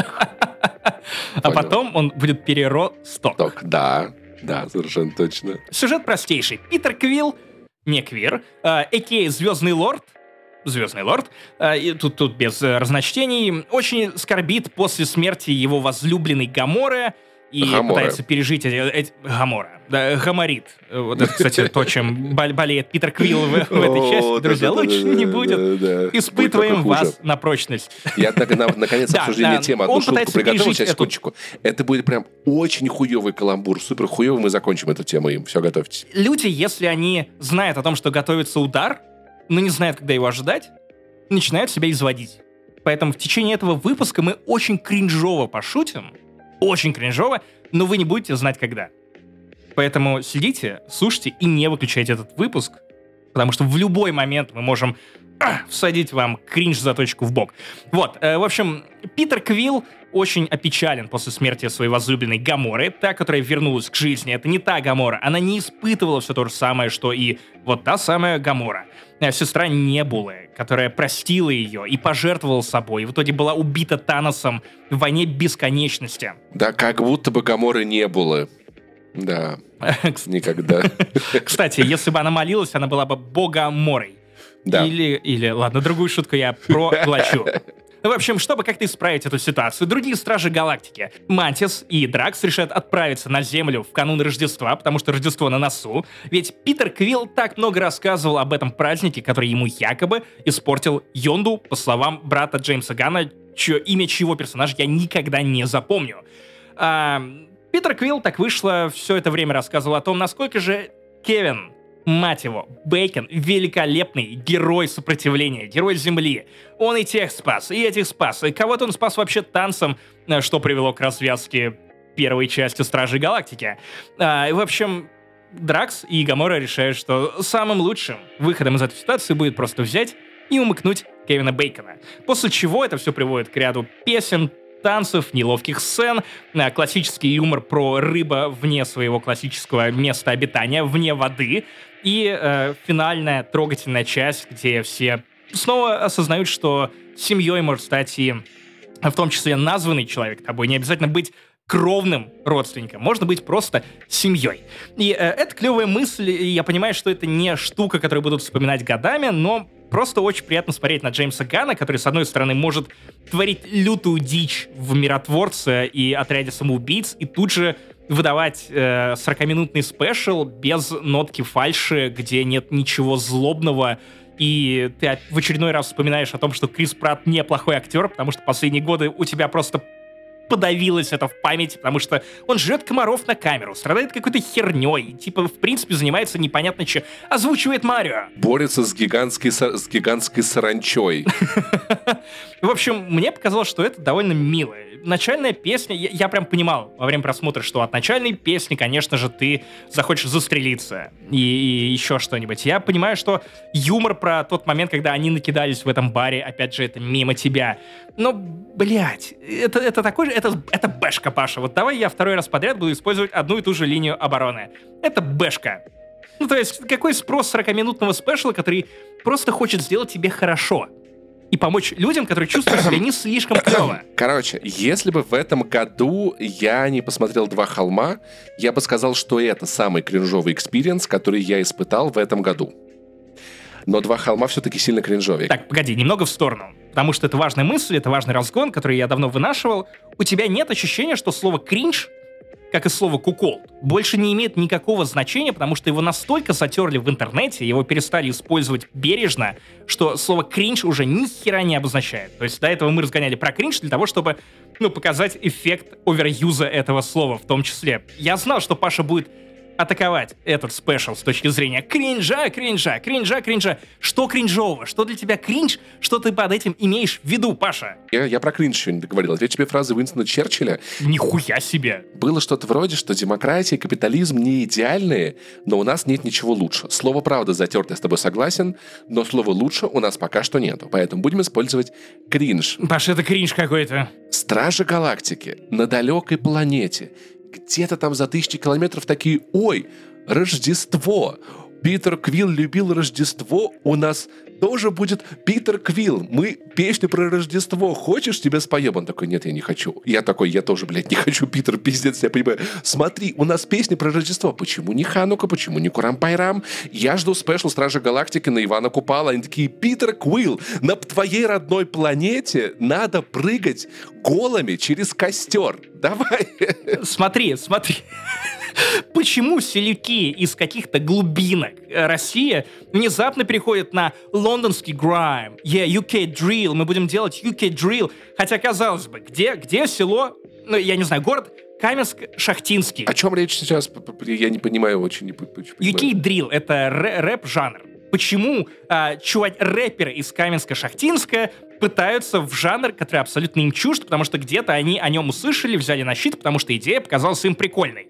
А потом он будет переросток. Да, да, совершенно точно. Сюжет простейший. Питер Квилл, не квир, а кей Звездный Лорд, Звездный Лорд, и тут, тут без разночтений, очень скорбит после смерти его возлюбленной Гаморы и Гамора. пытается пережить эти, эти... Гамора. Да, гаморит. Вот это, кстати, то, чем болеет Питер Квилл в, в этой части. Друзья, лучше не будет. Испытываем вас на прочность. Я наконец обсуждение темы. Одну шутку приготовил, сейчас секундочку. Это будет прям очень хуёвый каламбур, супер хуёвый, мы закончим эту тему им. Все, готовьтесь. Люди, если они знают о том, что готовится удар, но не знают, когда его ожидать, начинают себя изводить. Поэтому в течение этого выпуска мы очень кринжово пошутим, очень кринжово, но вы не будете знать, когда. Поэтому следите, слушайте и не выключайте этот выпуск, потому что в любой момент мы можем а, всадить вам кринж-заточку в бок. Вот, э, в общем, Питер Квилл очень опечален после смерти своей возлюбленной Гаморы, та, которая вернулась к жизни. Это не та Гамора, она не испытывала все то же самое, что и вот та самая Гамора. Сестра Небулы, которая простила ее и пожертвовала собой, и в итоге была убита Таносом в войне бесконечности. Да, как будто бы Гаморы не было. Да, никогда. Кстати, если бы она молилась, она была бы Богоморой. Да. Или, или, ладно, другую шутку я проглочу. В общем, чтобы как-то исправить эту ситуацию, другие Стражи Галактики, Мантис и Дракс, решают отправиться на Землю в канун Рождества, потому что Рождество на носу. Ведь Питер Квилл так много рассказывал об этом празднике, который ему якобы испортил Йонду, по словам брата Джеймса Ганна, чье имя чьего персонажа я никогда не запомню. А, Питер Квилл, так вышло, все это время рассказывал о том, насколько же Кевин, мать его, Бейкон, великолепный герой сопротивления, герой Земли. Он и тех спас, и этих спас, и кого-то он спас вообще танцем, что привело к развязке первой части Стражей Галактики. А, в общем, Дракс и Гамора решают, что самым лучшим выходом из этой ситуации будет просто взять и умыкнуть Кевина Бейкона. После чего это все приводит к ряду песен, танцев, неловких сцен, классический юмор про рыба вне своего классического места обитания, вне воды, и э, финальная трогательная часть, где все снова осознают, что семьей может стать и в том числе названный человек тобой, не обязательно быть кровным родственником, можно быть просто семьей. И э, это клевая мысль, и я понимаю, что это не штука, которую будут вспоминать годами, но просто очень приятно смотреть на Джеймса Ганна, который, с одной стороны, может творить лютую дичь в «Миротворце» и «Отряде самоубийц», и тут же выдавать э, сорокаминутный спешл без нотки фальши, где нет ничего злобного, и ты в очередной раз вспоминаешь о том, что Крис Пратт неплохой актер, потому что последние годы у тебя просто подавилось это в памяти, потому что он жрет комаров на камеру, страдает какой-то херней, типа, в принципе, занимается непонятно чем, озвучивает Марио. Борется с гигантской, с гигантской саранчой. В общем, мне показалось, что это довольно мило. Начальная песня, я, я прям понимал во время просмотра, что от начальной песни, конечно же, ты захочешь застрелиться и, и еще что-нибудь. Я понимаю, что юмор про тот момент, когда они накидались в этом баре, опять же, это мимо тебя. Но, блядь, это, это такой же, это, это бэшка, Паша. Вот давай я второй раз подряд буду использовать одну и ту же линию обороны. Это бэшка. Ну, то есть, какой спрос сорокаминутного спешла, который просто хочет сделать тебе хорошо и помочь людям, которые чувствуют себя не слишком клево. Короче, если бы в этом году я не посмотрел «Два холма», я бы сказал, что это самый кринжовый экспириенс, который я испытал в этом году. Но «Два холма» все-таки сильно кринжовее. Так, погоди, немного в сторону. Потому что это важная мысль, это важный разгон, который я давно вынашивал. У тебя нет ощущения, что слово «кринж», как и слово «куколд», больше не имеет никакого значения, потому что его настолько затерли в интернете, его перестали использовать бережно, что слово «кринж» уже ни хера не обозначает. То есть до этого мы разгоняли про кринж для того, чтобы, ну, показать эффект оверюза этого слова в том числе. Я знал, что Паша будет атаковать этот спешл с точки зрения кринжа, кринжа, кринжа, кринжа. Что кринжового? Что для тебя кринж? Что ты под этим имеешь в виду, Паша? Я, я про кринж еще не договорил. Отвечу тебе фразы Уинстона Черчилля. Нихуя себе! Было что-то вроде, что демократия и капитализм не идеальные, но у нас нет ничего лучше. Слово «правда» затерто, я с тобой согласен, но слова «лучше» у нас пока что нету. Поэтому будем использовать кринж. Паша, это кринж какой-то. Стражи галактики на далекой планете. Где-то там за тысячи километров такие: ой, Рождество! Питер Квилл любил Рождество, у нас тоже будет Питер Квилл. Мы песню про Рождество. Хочешь, тебя споем? Он такой: нет, я не хочу. Я такой: я тоже, блядь, не хочу, Питер, пиздец, я понимаю. Смотри, у нас песня про Рождество. Почему не Ханука? Почему не Курам-Пайрам? Я жду спешл Стражи Галактики на Ивана Купала. Они такие: Питер Квилл, на твоей родной планете надо прыгать голыми через костер. Давай. Смотри, смотри. Почему селюки из каких-то глубинок России внезапно переходят на лондонский грайм? Yeah, ю кей drill, мы будем делать ю кей drill. Хотя, казалось бы, где, где село, ну, я не знаю, город Каменск-Шахтинский? О чем речь сейчас? Я не понимаю, очень не понимаю. ю кей drill — это рэп-жанр. Почему а, чувак, рэперы из Каменска-Шахтинска пытаются в жанр, который абсолютно им чужд, потому что где-то они о нем услышали, взяли на щит, потому что идея показалась им прикольной.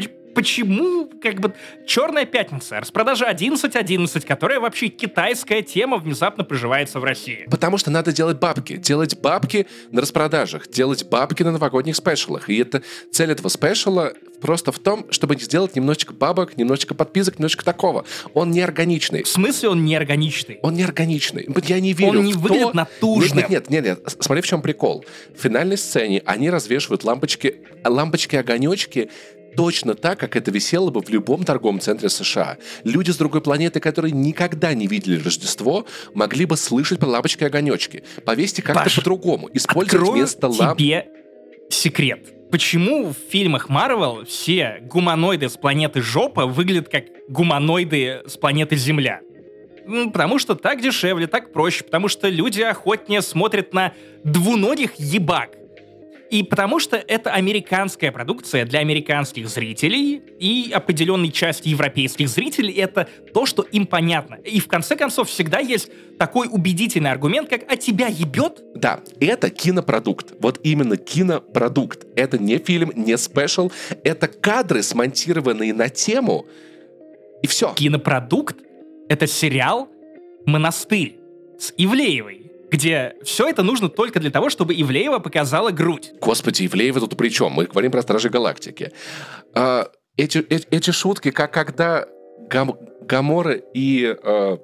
Почему, как бы, «Черная пятница», распродажа одиннадцать одиннадцать, которая вообще китайская тема, внезапно приживается в России? Потому что надо делать бабки. Делать бабки на распродажах, делать бабки на новогодних спешалах. И это цель этого спешала просто в том, чтобы сделать немножечко бабок, немножечко подписок, немножечко такого. Он неорганичный. В смысле он неорганичный? Он неорганичный. Я не верю Он не в выглядит то... натужным. Нет, нет, нет, нет, нет. Смотри, в чем прикол. В финальной сцене они развешивают лампочки, лампочки-огонечки точно так, как это висело бы в любом торговом центре США. Люди с другой планеты, которые никогда не видели Рождество, могли бы слышать про лампочки-огонечки. Повесьте как-то Паш, по-другому. Использовать вместо ламп... тебе секрет. Почему в фильмах Марвел все гуманоиды с планеты Жопа выглядят как гуманоиды с планеты Земля? Ну, потому что так дешевле, так проще, потому что люди охотнее смотрят на двуногих ебак. И потому что это американская продукция для американских зрителей, и определенной части европейских зрителей это то, что им понятно. И в конце концов всегда есть такой убедительный аргумент, как «а тебя ебет?» Да, это кинопродукт. Вот именно кинопродукт. Это не фильм, не спешл. Это кадры, смонтированные на тему, и все. Кинопродукт — это сериал «Монастырь» с Ивлеевой, где все это нужно только для того, чтобы Ивлеева показала грудь. Господи, Ивлеева тут при чем? Мы говорим про Стражи Галактики. А, эти, эти, эти шутки, как когда Гам, Гамора и, а,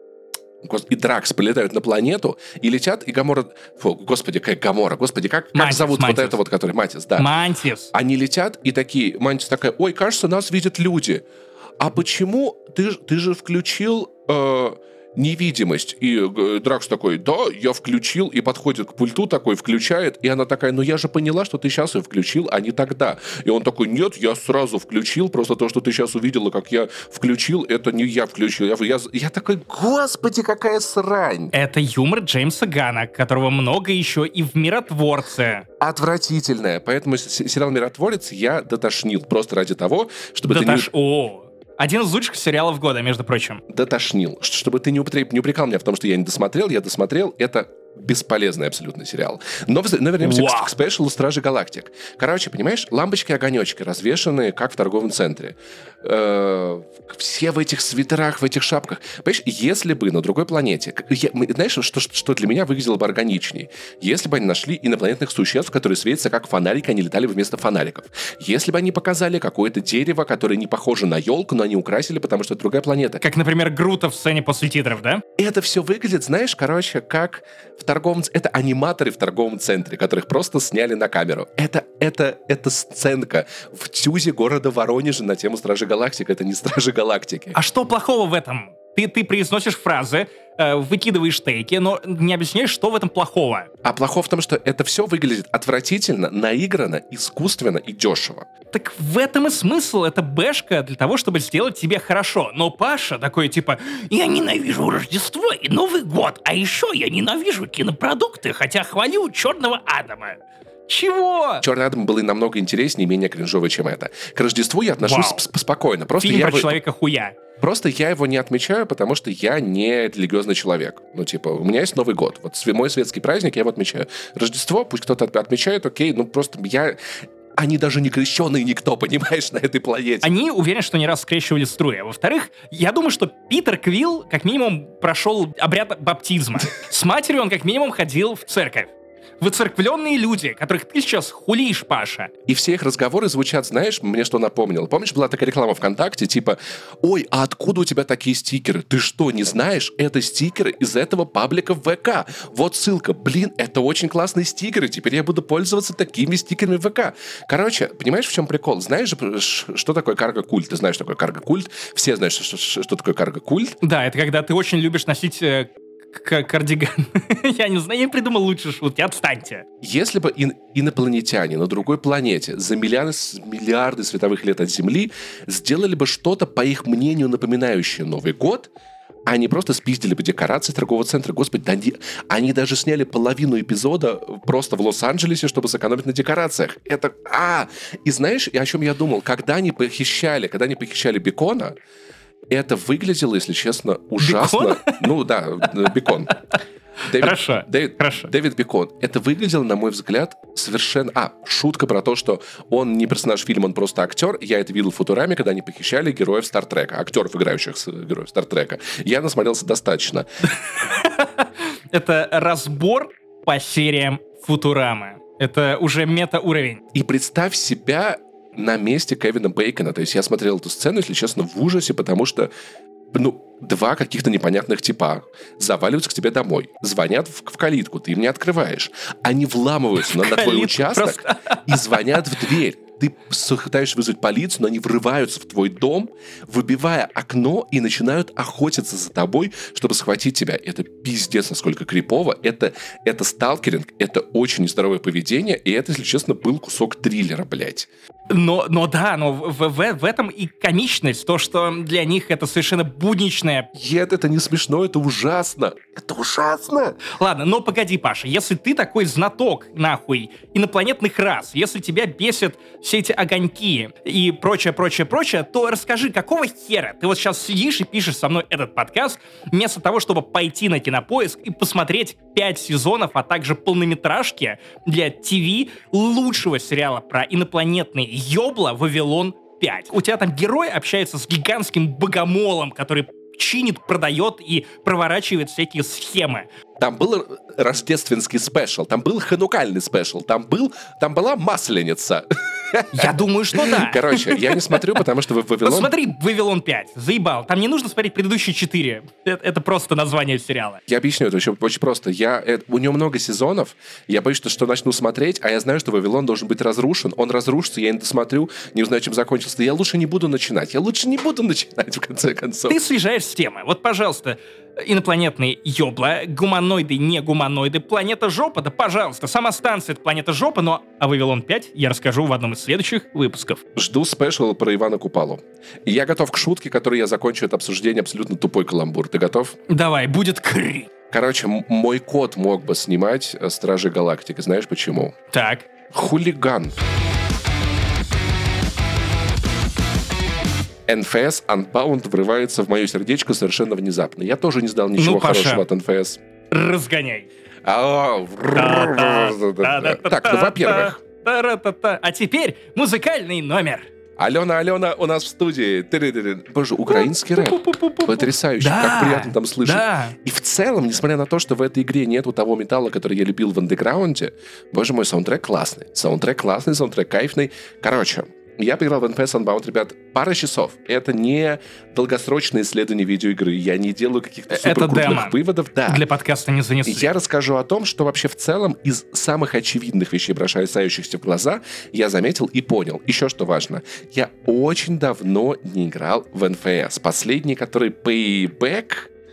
и Дракс прилетают на планету и летят, и Гамора... Фу, господи, какая Гамора? Господи, как, как Мантис, зовут Мантис. вот это вот, который... Мантис, да. Мантис. Они летят, и такие... Мантис такая: ой, кажется, нас видят люди. А почему... Ты, ты же включил... Э, невидимость. И э, Дракс такой, да, я включил, и подходит к пульту такой, включает, и она такая, ну я же поняла, что ты сейчас ее включил, а не тогда. И он такой, нет, я сразу включил, просто то, что ты сейчас увидела, как я включил, это не я включил. Я, я, я такой, господи, какая срань. Это юмор Джеймса Ганна, которого много еще и в «Миротворце». Отвратительное. Поэтому сериал «Миротворец» я дотошнил просто ради того, чтобы Дотош... ты не... О, один из лучших сериалов года, между прочим. Дотошнил. Чтобы ты не, упрек... не упрекал меня в том, что я не досмотрел, я досмотрел. Это бесполезный абсолютно сериал. Но, но вернемся wow. к, к спешалу «Стражи Галактик». Короче, понимаешь, лампочки-огонечки, развешанные, как в торговом центре. Э-э- все в этих свитерах, в этих шапках. Понимаешь, если бы на другой планете... Я, знаешь, что, что для меня выглядело бы органичней? Если бы они нашли инопланетных существ, которые светятся как фонарики, они летали вместо фонариков. Если бы они показали какое-то дерево, которое не похоже на елку, но они украсили, потому что это другая планета. Как, например, Грута в сцене после титров, да? Это все выглядит, знаешь, короче, как... В торговом... Это аниматоры в торговом центре, которых просто сняли на камеру. Это, это, это сценка в тюзе города Воронежа на тему «Стражи Галактики». Это не «Стражи Галактики». А что плохого в этом? Ты, ты произносишь фразы, э, выкидываешь тейки, но не объясняешь, что в этом плохого. А плохо в том, что это все выглядит отвратительно, наигранно, искусственно и дешево. Так в этом и смысл. Это бэшка для того, чтобы сделать тебе хорошо. Но Паша такой типа, я ненавижу Рождество и Новый год, а еще я ненавижу кинопродукты, хотя хвалю Черного Адама. Чего? «Черный Адам» был и намного интереснее и менее кринжовый, чем это. К Рождеству я отношусь сп- спокойно. Просто Фильм я про вы... Человека-хуя. Просто я его не отмечаю, потому что я не религиозный человек. Ну, типа, у меня есть Новый год. Вот мой светский праздник, я его отмечаю. Рождество, пусть кто-то отмечает, окей, ну просто я... Они даже не крещеные никто, понимаешь, на этой планете. Они уверены, что не раз скрещивали струи. А во-вторых, я думаю, что Питер Квилл как минимум прошел обряд баптизма. С матерью он как минимум ходил в церковь. Выцерквленные люди, которых ты сейчас хулишь, Паша. И все их разговоры звучат, знаешь, мне что напомнило? Помнишь, была такая реклама ВКонтакте, типа, ой, а откуда у тебя такие стикеры? Ты что, не знаешь? Это стикеры из этого паблика в ВК. Вот ссылка. Блин, это очень классные стикеры. Теперь я буду пользоваться такими стикерами в ВК. Короче, понимаешь, в чем прикол? Знаешь же, что такое карго-культ? Ты знаешь, что такое карго-культ? Все знают, что, что, что такое карго-культ. Да, это когда ты очень любишь носить... Э- кардиган. Я не знаю, я придумал лучше шутки, отстаньте. Если бы ин- инопланетяне на другой планете за миллиарды, миллиарды световых лет от Земли сделали бы что-то, по их мнению, напоминающее Новый год, они просто спиздили бы декорации торгового центра. Господи, да они, они даже сняли половину эпизода просто в Лос-Анджелесе, чтобы сэкономить на декорациях. Это... А! И знаешь, о чем я думал? Когда они похищали, когда они похищали Бекона, это выглядело, если честно, ужасно. Бекон? Ну да, Бекон. Дэвид, Хорошо, Дэвид, хорошо. Дэвид Бекон. Это выглядело, на мой взгляд, совершенно... А, шутка про то, что он не персонаж фильма, он просто актер. Я это видел в «Футураме», когда они похищали героев Стартрека, актеров, играющих героев Стартрека. Я насмотрелся достаточно. Это разбор по сериям «Футурамы». Это уже мета-уровень. И представь себя на месте Кевина Бейкона. То есть я смотрел эту сцену, если честно, в ужасе, потому что, ну, два каких-то непонятных типа заваливаются к тебе домой, звонят в, в калитку, ты им не открываешь. Они вламываются на, на твой участок и звонят в дверь. Ты пытаешься вызвать полицию, но они врываются в твой дом, выбивая окно и начинают охотиться за тобой, чтобы схватить тебя. Это пиздец, насколько крипово. Это, это сталкеринг, это очень нездоровое поведение, и это, если честно, был кусок триллера, блядь. Но, но да, но в, в, в этом и комичность, то, что для них это совершенно будничное. Нет, это не смешно, это ужасно. Это ужасно. Ладно, но погоди, Паша, если ты такой знаток, нахуй, инопланетных рас, если тебя бесят все эти огоньки и прочее, прочее, прочее, то расскажи, какого хера ты вот сейчас сидишь и пишешь со мной этот подкаст, вместо того, чтобы пойти на Кинопоиск и посмотреть пять сезонов, а также полнометражки для ТВ лучшего сериала про инопланетные ёбла «Вавилон пять». У тебя там герой общается с гигантским богомолом, который чинит, продает и проворачивает всякие схемы. Там был рождественский спешл, там был ханукальный спешл, там, был, там была масленица. Я думаю, что да. Короче, я не смотрю, потому что «Вавилон...» Посмотри «Вавилон пять», заебал. Там не нужно смотреть предыдущие четыре. Это, это просто название сериала. Я объясню, это очень, очень просто. Я, это, у него много сезонов, я боюсь, что, что начну смотреть, а я знаю, что «Вавилон» должен быть разрушен. Он разрушится, я не досмотрю, не узнаю, чем закончился. Я лучше не буду начинать. Я лучше не буду начинать, в конце концов. Ты съезжаешь с темы. Вот, пожалуйста, инопланетные ёбла, гуманоиды, не гуманоиды, планета жопа, да пожалуйста, сама станция — это планета жопа, но о Вавилон пять я расскажу в одном из следующих выпусков. Жду спешл про Ивана Купалу. И я готов к шутке, которой я закончу это обсуждение, абсолютно тупой каламбур. Ты готов? Давай, будет крик. Короче, м- мой кот мог бы снимать «Стражи Галактики». Знаешь почему? Так. Хулиган. эн эф эс Unbound врывается в мое сердечко совершенно внезапно. Я тоже не ждал ничего ну, хорошего от эн эф эс. Разгоняй. Так, ну, во-первых. А теперь музыкальный номер. Алена, Алена у нас в студии. Боже, украинский рэп. Потрясающе. Да, как приятно там слышать. Да. И в целом, несмотря на то, что в этой игре нету того металла, который я любил в андеграунде, боже мой, саундтрек классный. Саундтрек классный, саундтрек кайфный. Короче, я поиграл в эн эф эс Unbound, ребят, пара часов. Это не долгосрочное исследование видеоигры. Я не делаю каких-то суперкрупных выводов. Да. Для подкаста не занесли. Я расскажу о том, что вообще в целом из самых очевидных вещей, бросающихся в глаза, я заметил и понял. Еще что важно. Я очень давно не играл в эн эф эс. Последний, который Payback,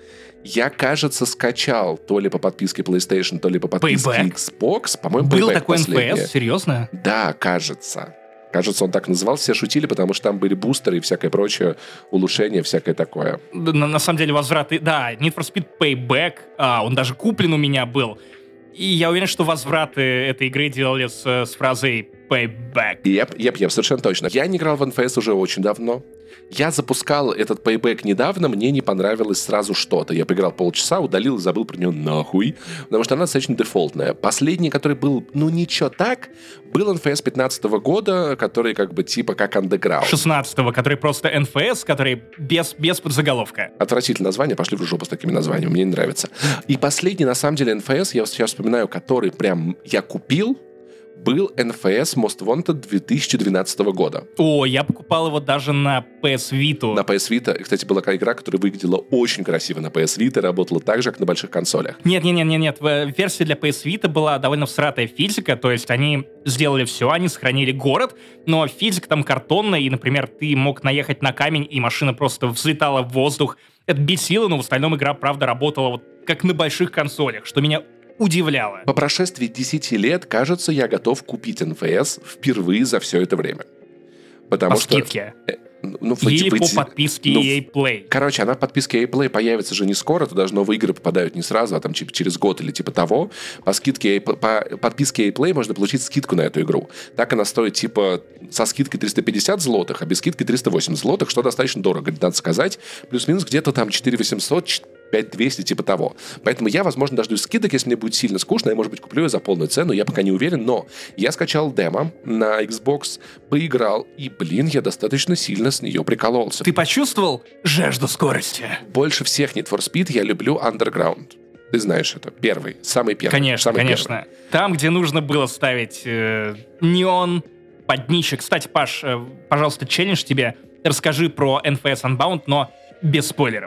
я, кажется, скачал то ли по подписке PlayStation, то ли по подписке Payback? Xbox. По-моему, Был Payback такой последний. эн эф эс? Серьезно? Да, кажется. Кажется, он так назывался. Все шутили, потому что там были бустеры и всякое прочее, улучшение, всякое такое. На, на самом деле, возвраты... Да, Need for Speed Payback, а, он даже куплен у меня был. И я уверен, что возвраты этой игры делали с, с фразой Payback. Еп, еп, еп, совершенно точно. Я не играл в эн эф эс уже очень давно. Я запускал этот Payback недавно, мне не понравилось сразу что-то. Я поиграл полчаса, удалил и забыл про нее нахуй, потому что она достаточно дефолтная. Последний, который был, ну ничего так, был эн эф эс пятнадцатого года, который как бы типа как Underground. шестнадцатого, который просто эн эф эс, который без, без подзаголовка. Отвратительное название, пошли в жопу с такими названиями, мне не нравится. И последний, на самом деле, эн эф эс, я сейчас вспоминаю, который прям я купил, был эн эф эс Most Wanted две тысячи двенадцатого года. О, я покупал его даже на пи эс Vita. На пи эс Vita, кстати, была такая игра, которая выглядела очень красиво на пи эс Vita, работала так же, как на больших консолях. Нет-нет-нет-нет, версия для пи эс Vita была довольно всратая физика, то есть они сделали все, они сохранили город, но физика там картонная, и, например, ты мог наехать на камень, и машина просто взлетала в воздух. Это бесило, но в остальном игра, правда, работала вот как на больших консолях, что меня удивляло. По прошествии десяти лет, кажется, я готов купить эн эф эс впервые за все это время. Потому по что... скидке. Ну, Или вы, по вы, подписке ну, и эй Play. Короче, она в подписке и эй Play появится же не скоро, туда же новые игры попадают не сразу, а там типа через год или типа того. По скидке по подписке и эй Play можно получить скидку на эту игру. Так она стоит типа со скидкой триста пятьдесят злотых, а без скидки триста восемьдесят злотых, что достаточно дорого, надо сказать. Плюс-минус где-то там четыре тысячи восемьсот, пять тысяч двести, типа того. Поэтому я, возможно, дождусь скидок, если мне будет сильно скучно, я, может быть, куплю ее за полную цену, я пока не уверен, но я скачал демо на Xbox, поиграл, и, блин, я достаточно сильно с нее прикололся. Ты почувствовал жажду скорости? Больше всех Need for Speed я люблю Underground. Ты знаешь это. Первый. Самый первый. Конечно, самый конечно. Первый. Там, где нужно было ставить э, неон под днище. Кстати, Паш, э, пожалуйста, челлендж тебе. Расскажи про эн эф эс Unbound, но без спойлеров.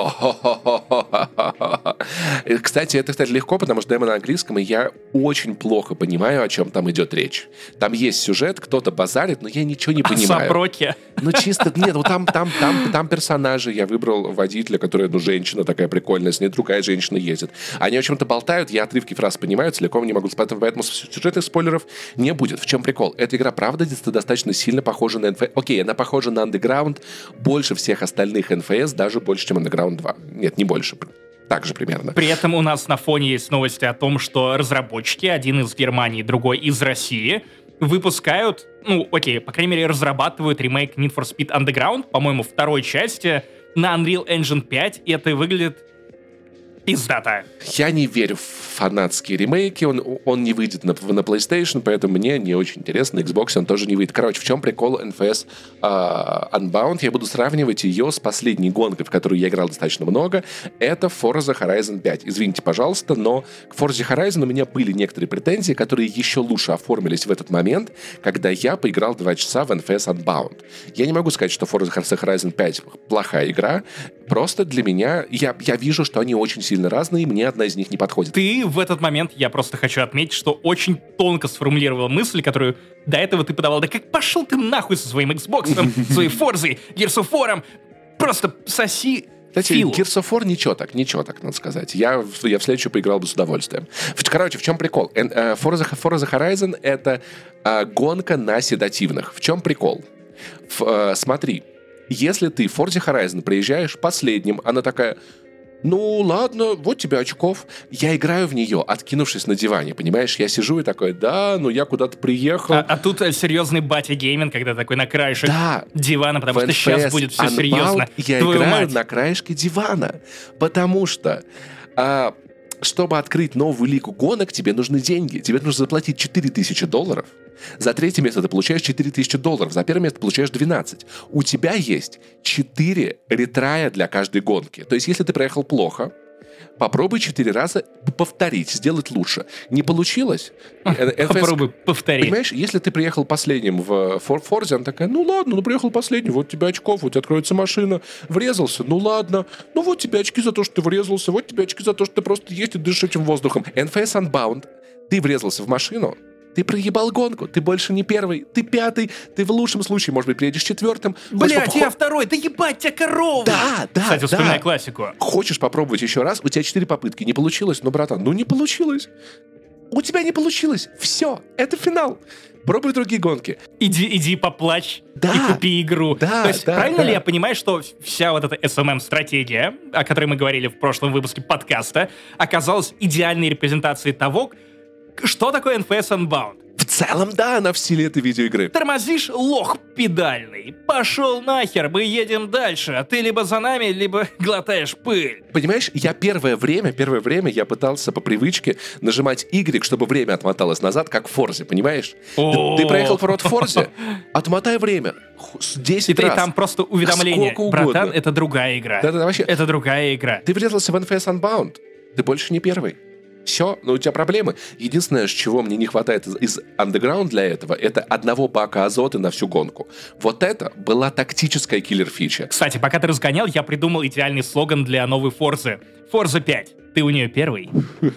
Кстати, это, кстати, легко, потому что демо на английском, и я очень плохо понимаю, о чем там идет речь. Там есть сюжет, кто-то базарит, но я ничего не понимаю. О Сапроке. Ну, чисто, нет, ну там, там, там, там персонажи. Я выбрал водителя, которая, ну, женщина такая прикольная, с ней другая женщина ездит. Они о чем-то болтают, я отрывки фраз понимаю, целиком не могу спать, поэтому сюжетных спойлеров не будет. В чем прикол? Эта игра, правда, достаточно сильно похожа на эн эф эс. Окей, она похожа на Underground больше всех остальных эн эф эс, даже больше, чем Underground два. Нет, не больше. Так же примерно. При этом у нас на фоне есть новости о том, что разработчики, один из Германии, другой из России, выпускают, ну, окей, по крайней мере, разрабатывают ремейк Need for Speed Underground, по-моему, второй части, на Unreal Engine пять, и это выглядит пиздата. Я не верю в фанатские ремейки, он, он не выйдет на, на PlayStation, поэтому мне не очень интересно, на Xbox он тоже не выйдет. Короче, в чем прикол эн эф эс uh, Unbound? Я буду сравнивать ее с последней гонкой, в которую я играл достаточно много. Это Forza Horizon пять. Извините, пожалуйста, но к Forza Horizon у меня были некоторые претензии, которые еще лучше оформились в этот момент, когда я поиграл два часа в эн эф эс Unbound. Я не могу сказать, что Forza Horizon пять плохая игра, просто для меня, я, я вижу, что они очень сильно разные, и мне одна из них не подходит. Ты в этот момент, я просто хочу отметить, что очень тонко сформулировал мысль, которую до этого ты подавал. Да как пошел ты нахуй со своим Xbox, своей Forza, Gears of War, просто соси Кстати, Филу. Gears of War ничего так, ничего так, надо сказать. Я, в- я в следующую поиграл бы с удовольствием. В- Короче, в чем прикол? Эн- э, Forza, Forza Horizon — это э, гонка на седативных. В чем прикол? В, э, смотри, если ты в Forza Horizon приезжаешь последним, она такая... Ну, ладно, вот тебе очков. Я играю в нее, откинувшись на диване, понимаешь? Я сижу и такой, да, ну я куда-то приехал. А, а тут э, серьезный батя-гейминг, когда такой на краешек Да. дивана, потому В что сейчас эн эф эс будет все Unbound серьезно. я Твою играю мать. на краешке дивана, потому что а, чтобы открыть новую лигу гонок, тебе нужны деньги. Тебе нужно заплатить четыре тысячи долларов. За третье место ты получаешь четыре тысячи долларов. За первое место получаешь двенадцать. У тебя есть четыре ретрая для каждой гонки. То есть, если ты проехал плохо, попробуй четыре раза повторить, сделать лучше. Не получилось? эн эф эс Попробуй повтори. Понимаешь, если ты приехал последним в Фор- Форзе, она такая, ну ладно, ну приехал последним, вот тебе очков, вот тебе откроется машина, врезался, ну ладно, ну вот тебе очки за то, что ты врезался, вот тебе очки за то, что ты просто едешь и дышишь этим воздухом. эн эф эс Unbound, ты врезался в машину, ты проебал гонку, ты больше не первый, ты пятый, ты в лучшем случае, может быть, приедешь четвертым. Блять, Хочешь я поп- второй, да ебать тебя корова! Да, да, Кстати, да. вспоминай классику. Хочешь попробовать еще раз, у тебя четыре попытки, не получилось, ну, братан, ну не получилось. У тебя не получилось, все, это финал. Пробуй другие гонки. Иди, иди поплачь Да. и купи игру. Да, То есть, да, правильно да. ли я понимаю, что вся вот эта эс эм эм-стратегия, о которой мы говорили в прошлом выпуске подкаста, оказалась идеальной репрезентацией того, к- что такое эн эф эс Unbound? В целом, да, она в стиле этой видеоигры. Тормозишь, лох педальный. Пошел нахер, мы едем дальше. А ты либо за нами, либо глотаешь пыль. Понимаешь, я первое время, первое время я пытался по привычке нажимать Y, чтобы время отмоталось назад, как в Форзе, понимаешь? Ты, О. ты проехал поворот в Форзе, отмотай время. Ху- с десять И ты раз. там просто уведомление. Сколько угодно. Братан, это другая игра. Да-да-да, вообще. Это другая игра. Ты врезался в эн эф эс Unbound. Ты больше не первый. Все, но у тебя проблемы. Единственное, чего мне не хватает из, из Underground для этого, это одного бака азота на всю гонку. Вот это была тактическая киллер-фича. Кстати, пока ты разгонял, я придумал идеальный слоган для новой Форзы. Форза пять. Ты у нее первый.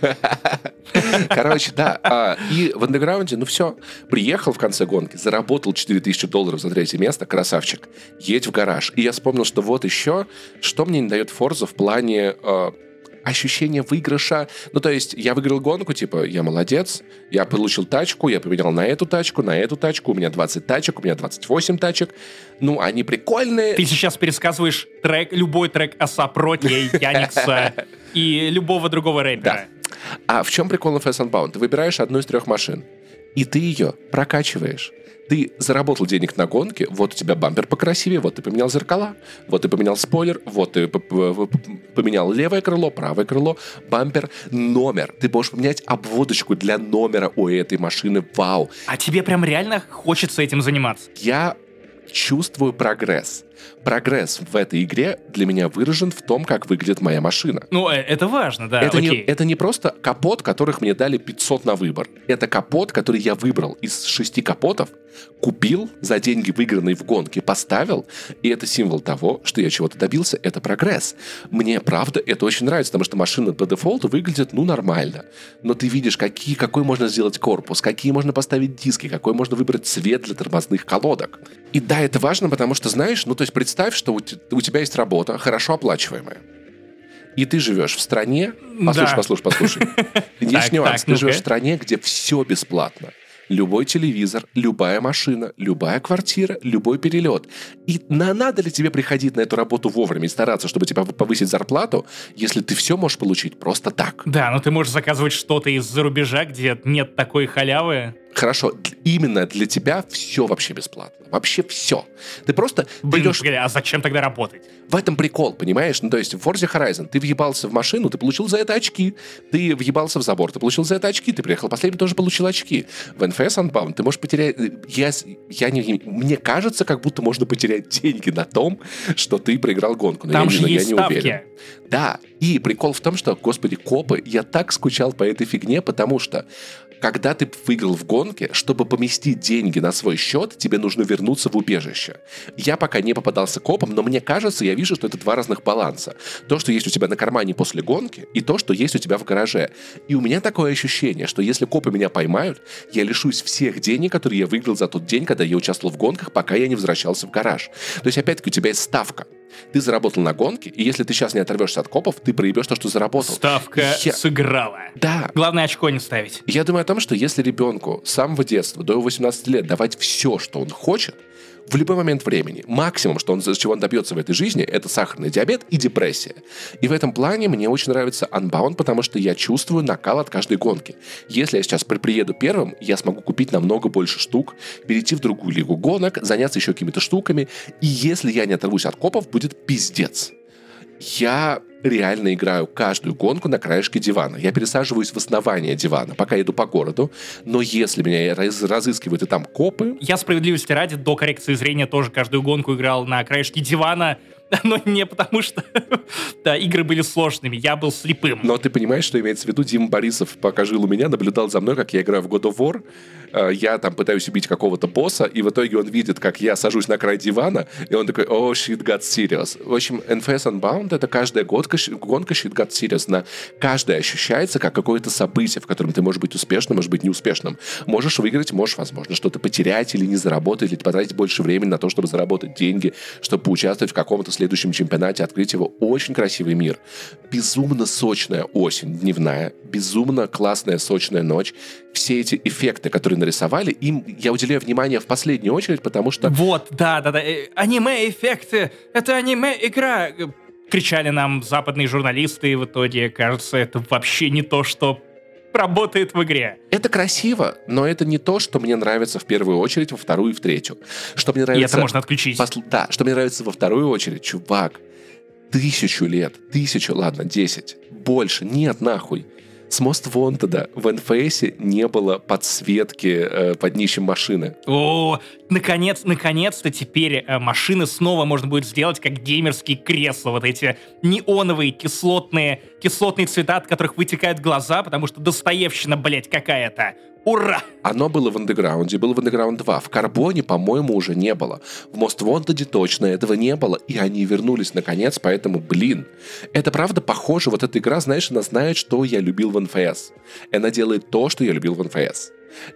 Короче, да. А, и в андеграунде, ну все, приехал в конце гонки, заработал четыре тысячи долларов за третье место, красавчик. Едь в гараж. И я вспомнил, что вот еще, что мне не дает Форза в плане э, ощущения выигрыша. Ну, то есть, я выиграл гонку, типа, я молодец, я получил тачку, я поменял на эту тачку, на эту тачку, у меня двадцать тачек, у меня двадцать восемь тачек. Ну, они прикольные. Ты сейчас пересказываешь трек, любой трек Асап Роки, Яникса и любого другого рэпера. А в чем прикол эн эф эс Unbound? Ты выбираешь одну из трех машин, и ты ее прокачиваешь. Ты заработал денег на гонке, вот у тебя бампер покрасивее, вот ты поменял зеркала, вот ты поменял спойлер, вот ты п- п- п- поменял левое крыло, правое крыло, бампер, номер. Ты можешь поменять обводочку для номера у этой машины. Вау! А тебе прям реально хочется этим заниматься? Я чувствую прогресс. Прогресс в этой игре для меня выражен в том, как выглядит моя машина. Ну, э, это важно, да, Это не, окей. это не просто капот, которых мне дали пятьсот на выбор. Это капот, который я выбрал из шести капотов, купил за деньги, выигранные в гонке, поставил, и это символ того, что я чего-то добился. Это прогресс. Мне, правда, это очень нравится, потому что машина по дефолту выглядит, ну, нормально. Но ты видишь, какие, какой можно сделать корпус, какие можно поставить диски, какой можно выбрать цвет для тормозных колодок. И да, это важно, потому что, знаешь, ну, то есть представь, что у, те- у тебя есть работа, хорошо оплачиваемая. И ты живешь в стране... Послушай, Да. послушай, послушай. Есть Так, нюанс. так, Ты живешь ну-ка. в стране, где все бесплатно. Любой телевизор, любая машина, любая квартира, любой перелет. И на, надо ли тебе приходить на эту работу вовремя и стараться, чтобы тебе повысить зарплату, если ты все можешь получить просто так? Да, но ты можешь заказывать что-то из-за рубежа, где нет такой халявы. Хорошо, д- именно для тебя все вообще бесплатно. Вообще все. Ты просто Блин, берешь... погоди, а зачем тогда работать? В этом прикол, понимаешь? Ну, то есть в Forza Horizon ты въебался в машину, ты получил за это очки. Ты въебался в забор, ты получил за это очки. Ты приехал последний, тоже получил очки. В эн эф эс Unbound ты можешь потерять... Я, я не... Мне кажется, как будто можно потерять деньги на том, что ты проиграл гонку. Но Там я, же не- но я есть не ставки. уверен. Да, и прикол в том, что, господи, копы, я так скучал по этой фигне, потому что когда ты выиграл в гонке, чтобы поместить деньги на свой счет, тебе нужно вернуться в убежище. Я пока не попадался копом, но мне кажется, я вижу, что это два разных баланса. То, что есть у тебя на кармане после гонки, и то, что есть у тебя в гараже. И у меня такое ощущение, что если копы меня поймают, я лишусь всех денег, которые я выиграл за тот день, когда я участвовал в гонках, пока я не возвращался в гараж. То есть, опять-таки, у тебя есть ставка. Ты заработал на гонке, и если ты сейчас не оторвешься от копов, ты проебешь то, что заработал. Ставка Я... сыграла. Да. Главное, очко не ставить. Я думаю о том, что если ребенку с самого детства до восемнадцати лет давать все, что он хочет, в любой момент времени, максимум, что он, чего он добьется в этой жизни, это сахарный диабет и депрессия. И в этом плане мне очень нравится Unbound, потому что я чувствую накал от каждой гонки. Если я сейчас при- приеду первым, я смогу купить намного больше штук, перейти в другую лигу гонок, заняться еще какими-то штуками, и если я не оторвусь от копов, будет пиздец. Я реально играю каждую гонку на краешке дивана. Я пересаживаюсь в основание дивана, пока иду по городу. Но если меня раз- разыскивают и там копы... Я, справедливости ради, до коррекции зрения тоже каждую гонку играл на краешке дивана, но не потому что да, игры были сложными, я был слепым. Но ты понимаешь, что имеется в виду? Дима Борисов, пока жил у меня, наблюдал за мной, как я играю в God of War. Я там пытаюсь убить какого-то босса, и в итоге он видит, как я сажусь на край дивана, и он такой: «Oh, shit got serious». В общем, эн эф эс Unbound — это каждая гонка, гонка shit got serious. На каждая ощущается как какое-то событие, в котором ты можешь быть успешным, можешь быть неуспешным. Можешь выиграть, можешь, возможно, что-то потерять или не заработать, или потратить больше времени на то, чтобы заработать деньги, чтобы поучаствовать в каком-то следующем чемпионате, открыть его. Очень красивый мир. Безумно сочная осень дневная, безумно классная сочная ночь. Все эти эффекты, которые нарисовали, им я уделяю внимание в последнюю очередь, потому что... Вот, да-да-да, э, аниме-эффекты, это аниме-игра. Кричали нам западные журналисты, и в итоге, кажется, это вообще не то, что работает в игре. Это красиво, но это не то, что мне нравится в первую очередь, во вторую и в третью. Что мне нравится... И это можно отключить. Посл... Да, что мне нравится во вторую очередь, чувак, тысячу лет, тысячу, ладно, десять, больше, нет, нахуй. С Most Wanted в эн эф эс не было подсветки э, под днищем машины. О, наконец, наконец-то теперь э, машины снова можно будет сделать как геймерские кресла. Вот эти неоновые кислотные, кислотные цвета, от которых вытекают глаза, потому что достоевщина, блять, какая-то. Ура! Оно было в Underground, было в Underground два. В Карбоне, по-моему, уже не было. В Most Wanted точно этого не было. И они вернулись наконец, поэтому, блин. Это правда похоже, вот эта игра, знаешь, она знает, что я любил в эн эф эс. Она делает то, что я любил в эн эф эс.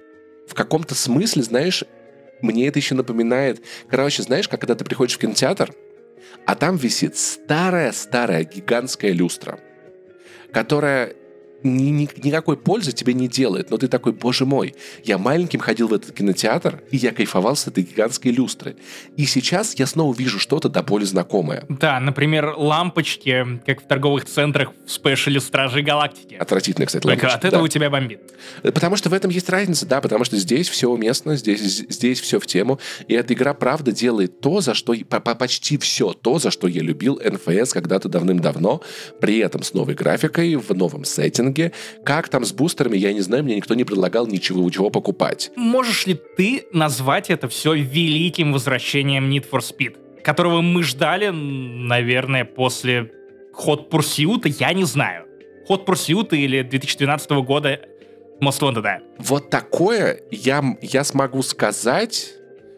В каком-то смысле, знаешь, мне это еще напоминает... Короче, знаешь, как когда ты приходишь в кинотеатр, а там висит старая-старая гигантская люстра, которая... Ни, ни, никакой пользы тебе не делает, но ты такой: боже мой, я маленьким ходил в этот кинотеатр, и я кайфовал с этой гигантской люстры. И сейчас я снова вижу что-то до боли знакомое. Да, например, лампочки, как в торговых центрах в спешле Стражей Галактики. Отвратительно, кстати, лампочки. Только от этого да. у тебя бомбит. Потому что в этом есть разница, да, потому что здесь все уместно, здесь, здесь все в тему, и эта игра, правда, делает то, за что, почти все то, за что я любил эн эф эс когда-то давным-давно, при этом с новой графикой, в новом сеттинге. Как там с бустерами, я не знаю, мне никто не предлагал ничего, чего покупать. Можешь ли ты назвать это все великим возвращением Need for Speed, которого мы ждали, наверное, после Hot Pursuit, я не знаю. Hot Pursuit или две тысячи двенадцатого года Most Wanted, да. Вот такое я, я смогу сказать...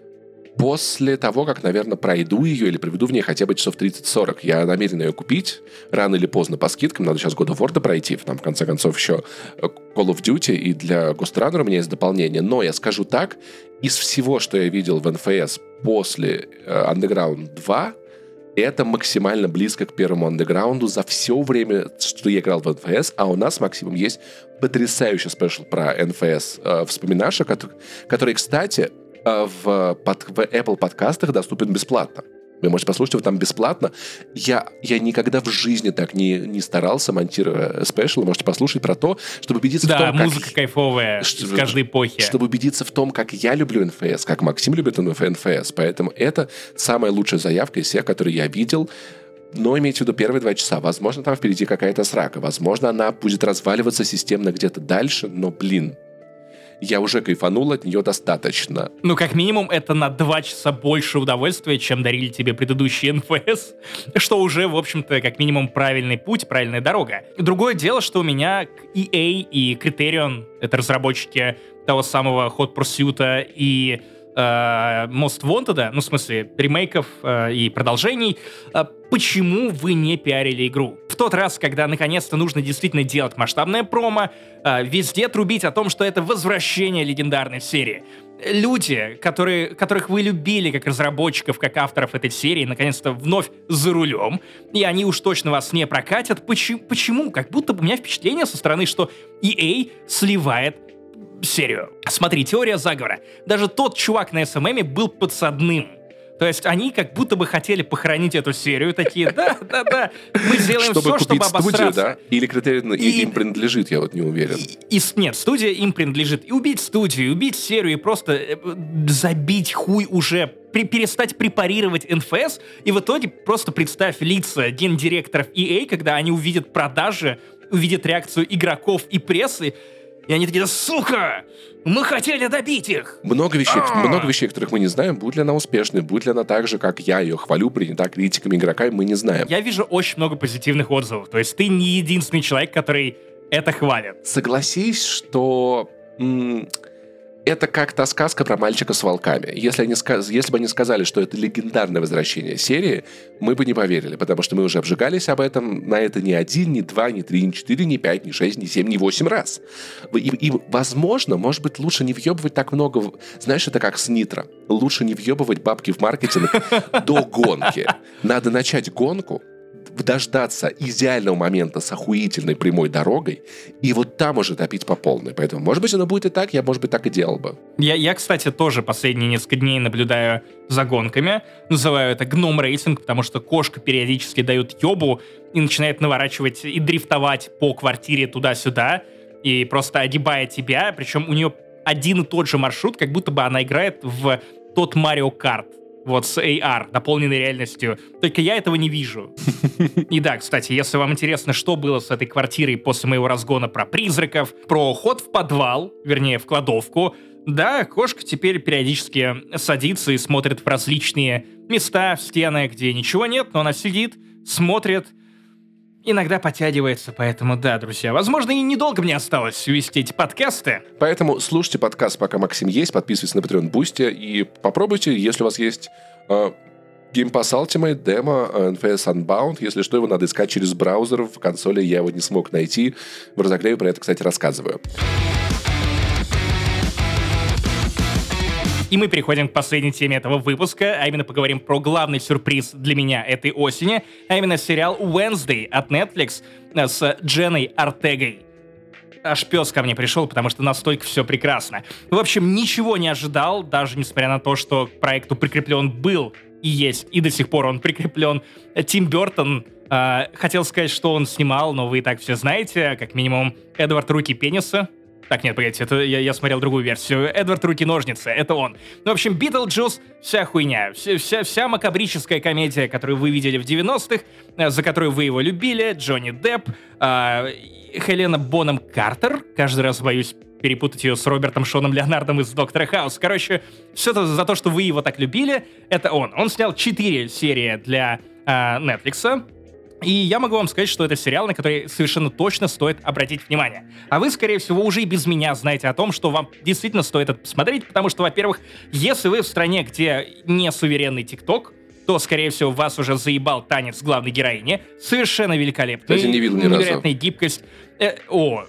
После того, как, наверное, пройду ее или проведу в ней хотя бы часов тридцать-сорок. Я намерен ее купить рано или поздно по скидкам. Надо сейчас God of War пройти. Там, в конце концов, еще Call of Duty, и для Ghost Runner у меня есть дополнение. Но я скажу так, из всего, что я видел в эн эф эс после Underground два, это максимально близко к первому Underground за все время, что я играл в эн эф эс. А у нас с Максимом есть потрясающий спешл про эн эф эс э, вспоминаша, который, который, кстати... В, под, в Apple подкастах доступен бесплатно. Вы можете послушать его там бесплатно. Я, я никогда в жизни так не, не старался, монтируя спешл. Можете послушать про то, чтобы убедиться да, в том, как... Да, музыка кайфовая что, из каждой эпохи. Чтобы убедиться в том, как я люблю эн эф эс, как Максим любит эн эф эс. Поэтому это самая лучшая заявка из всех, которые я видел. Но имейте в виду первые два часа. Возможно, там впереди какая-то срака. Возможно, она будет разваливаться системно где-то дальше. Но, блин, я уже кайфанул от нее достаточно. Ну, как минимум, это на два часа больше удовольствия, чем дарили тебе предыдущие эн эф эс, что уже, в общем-то, как минимум правильный путь, правильная дорога. Другое дело, что у меня к и эй и Criterion, это разработчики того самого Hot Pursuit и э, Most Wanted, ну, в смысле, ремейков э, и продолжений, э, почему вы не пиарили игру? в тот раз, когда наконец-то нужно действительно делать масштабное промо, э, везде трубить о том, что это возвращение легендарной серии. Люди, которые, которых вы любили как разработчиков, как авторов этой серии, наконец-то вновь за рулем, и они уж точно вас не прокатят. Почему? Почему? Как будто бы у меня впечатление со стороны, что и эй сливает серию. Смотри, теория заговора. Даже тот чувак на эс эм эм был подсадным. То есть они как будто бы хотели похоронить эту серию, такие, да-да-да, мы сделаем чтобы все, чтобы обосраться. Студию, да? Или критериально и, им принадлежит, я вот не уверен. И, и, нет, студия им принадлежит. И убить студию, и убить серию, и просто э, забить хуй уже, при, перестать препарировать эн эф эс, и в итоге просто представь лица гендиректоров и эй, когда они увидят продажи, увидят реакцию игроков и прессы, и они такие, сука, мы хотели добить их. Много вещей, много вещей, которых мы не знаем, будет ли она успешной, будет ли она так же, как я ее хвалю, принята критиками, игроками, мы не знаем. Я вижу очень много позитивных отзывов. То есть ты не единственный человек, который это хвалит. Согласись, что... М- это как та сказка про мальчика с волками. Если, они сказ... Если бы они сказали, что это легендарное возвращение серии, мы бы не поверили, потому что мы уже обжигались об этом на это не один, не два, не три, не четыре, не пять, не шесть, не семь, не восемь раз. И, и, возможно, может быть, лучше не въебывать так много... Знаешь, это как с нитро. Лучше не въебывать бабки в маркетинг до гонки. Надо начать гонку, дождаться идеального момента с охуительной прямой дорогой, и вот там уже топить по полной. Поэтому, может быть, оно будет и так, я, может быть, так и делал бы. Я, я, кстати, тоже последние несколько дней наблюдаю за гонками. Называю это гном-рейтинг, потому что кошка периодически дает ёбу и начинает наворачивать и дрифтовать по квартире туда-сюда, и просто огибая тебя, причем у нее один и тот же маршрут, как будто бы она играет в тот Марио Карт. Вот с эй ар, дополненной реальностью. Только я этого не вижу. И да, кстати, если вам интересно, что было с этой квартирой после моего разгона про призраков, про ход в подвал, вернее, в кладовку, да, кошка теперь периодически садится и смотрит в различные места, в стены, где ничего нет, но она сидит, смотрит, иногда подтягивается, поэтому да, друзья, возможно, и недолго мне осталось вести эти подкасты. Поэтому слушайте подкаст, пока Максим есть, подписывайтесь на Patreon Boosty и попробуйте, если у вас есть э, Game Pass Ultimate, демо, эн эф эс Unbound, если что, его надо искать через браузер, в консоли я его не смог найти. В разогреве про это, кстати, рассказываю. И мы переходим к последней теме этого выпуска, а именно поговорим про главный сюрприз для меня этой осени, а именно сериал Wednesday от Netflix с Дженной Ортегой. Аж пес ко мне пришел, потому что настолько все прекрасно. В общем, ничего не ожидал, даже несмотря на то, что к проекту прикреплен был и есть, и до сих пор он прикреплен Тим Бёртон. Э, хотел сказать, что он снимал, но вы и так все знаете, как минимум Эдвард Руки Пениса. Так, нет, погодите, это я, я смотрел другую версию. Эдвард Руки-ножницы, это он. Ну, в общем, Битлджус, вся хуйня. Вся, вся, вся макабрическая комедия, которую вы видели в девяностых, за которую вы его любили, Джонни Депп, э, Хелена Бонем Картер, каждый раз боюсь перепутать ее с Робертом Шоном Леонардом из «Доктора Хаус». Короче, все это за то, что вы его так любили, это он. Он снял четыре серии для э, Netflix. И я могу вам сказать, что это сериал, на который совершенно точно стоит обратить внимание. А вы, скорее всего, уже и без меня знаете о том, что вам действительно стоит это посмотреть, потому что, во-первых, если вы в стране, где не суверенный ТикТок, то, скорее всего, вас уже заебал танец главной героини. Совершенно великолепный. Я не видел ни невероятная разу. гибкость. Э, о,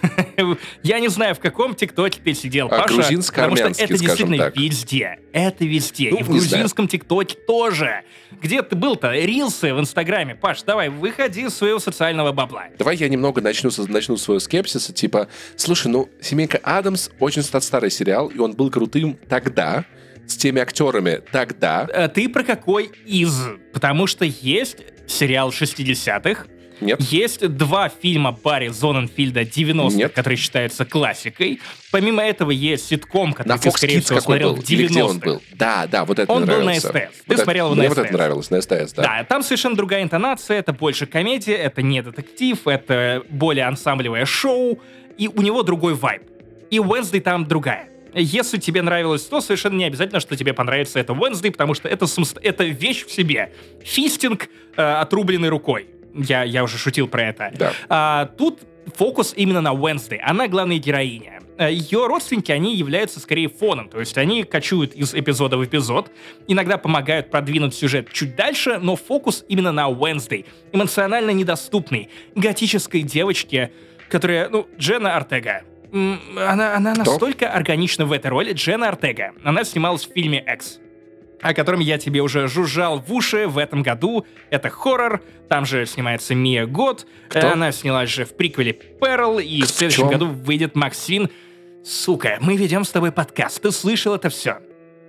я не знаю, в каком ТикТоке ты сидел, а Паша, потому что это действительно так. везде. Это везде. Ну, и в грузинском ТикТоке тоже. Где ты был-то? Рилсы в Инстаграме. Паш, давай, выходи из своего социального бабла. Давай я немного начну, начну своего скепсиса. Типа, слушай, ну, «Семейка Адамс» очень старый сериал, и он был крутым тогда, с теми актерами тогда. А ты про какой из? Потому что есть сериал шестидесятых, Нет. Есть два фильма Барри Зонненфильда девяностых, Нет. которые считаются классикой. Помимо этого есть ситком, который На ты, Fox скорее Kids всего, какой смотрел был? в Или где он девяностых. был? Да, да, вот это Он мне был нравился. на СТС. Ты Вот смотрел это, его на мне СТС. вот это нравилось, на СТС, да. Да, там совершенно другая интонация, это больше комедия, это не детектив, это более ансамблевое шоу, и у него другой вайб. И Wednesday там другая. Если тебе нравилось то, совершенно не обязательно, что тебе понравится это Wednesday, потому что это, самост... это вещь в себе. Фистинг э, отрубленной рукой. Я, я уже шутил про это. Да. А, тут фокус именно на Wednesday. Она главная героиня. ее родственники, они являются скорее фоном, то есть они кочуют из эпизода в эпизод, иногда помогают продвинуть сюжет чуть дальше, но фокус именно на Уэнсдей, эмоционально недоступной, готической девочке, которая, ну, Дженна Ортега. Она, она настолько органична в этой роли, Дженна Ортега. Она снималась в фильме «Экс», о котором я тебе уже жужжал в уши в этом году. Это хоррор, там же снимается Мия Гот. Кто? Она снялась же в приквеле «Перл», и в следующем Чем? году выйдет Максин. Сука, мы ведем с тобой подкаст, ты слышал это все.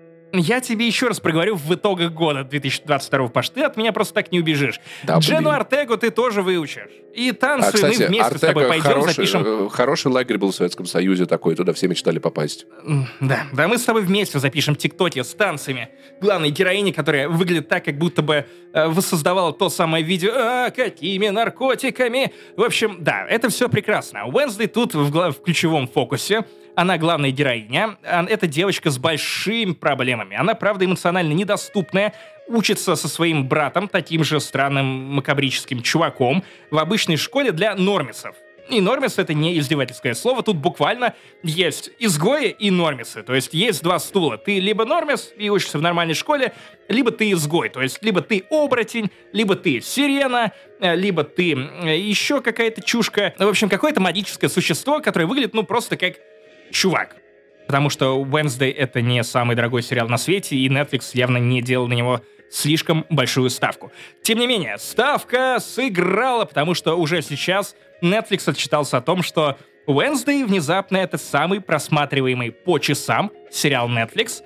Я тебе еще раз проговорю в итогах года две тысячи двадцать второго, Паш, ты от меня просто так не убежишь. Да, Дженну блин. Ортегу ты тоже выучишь. И танцы А, кстати, мы вместе Ортега с тобой пойдем, хороший, запишем... э, хороший лагерь был в Советском Союзе такой, туда все мечтали попасть. Да, да, мы с тобой вместе запишем тиктоки с танцами главной героини, которая выглядит так, как будто бы э, воссоздавала то самое видео «А, какими наркотиками?» В общем, да, это все прекрасно. Уэнсдей тут в, гла- в ключевом фокусе. Она главная героиня. А, Это девочка с большими проблемами. Она, правда, эмоционально недоступная. Учится со своим братом, таким же странным макабрическим чуваком, в обычной школе для нормисов. И нормис — это не издевательское слово, тут буквально есть изгои и нормисы, то есть есть два стула. Ты либо нормис и учишься в нормальной школе, либо ты изгой, то есть либо ты оборотень, либо ты сирена, э, либо ты э, еще какая-то чушка. В общем, какое-то магическое существо, которое выглядит, ну, просто как чувак. Потому что Wednesday — это не самый дорогой сериал на свете, и Netflix явно не делал на него слишком большую ставку. Тем не менее, ставка сыграла, потому что уже сейчас Netflix отчитался о том, что Wednesday внезапно это самый просматриваемый по часам сериал Netflix,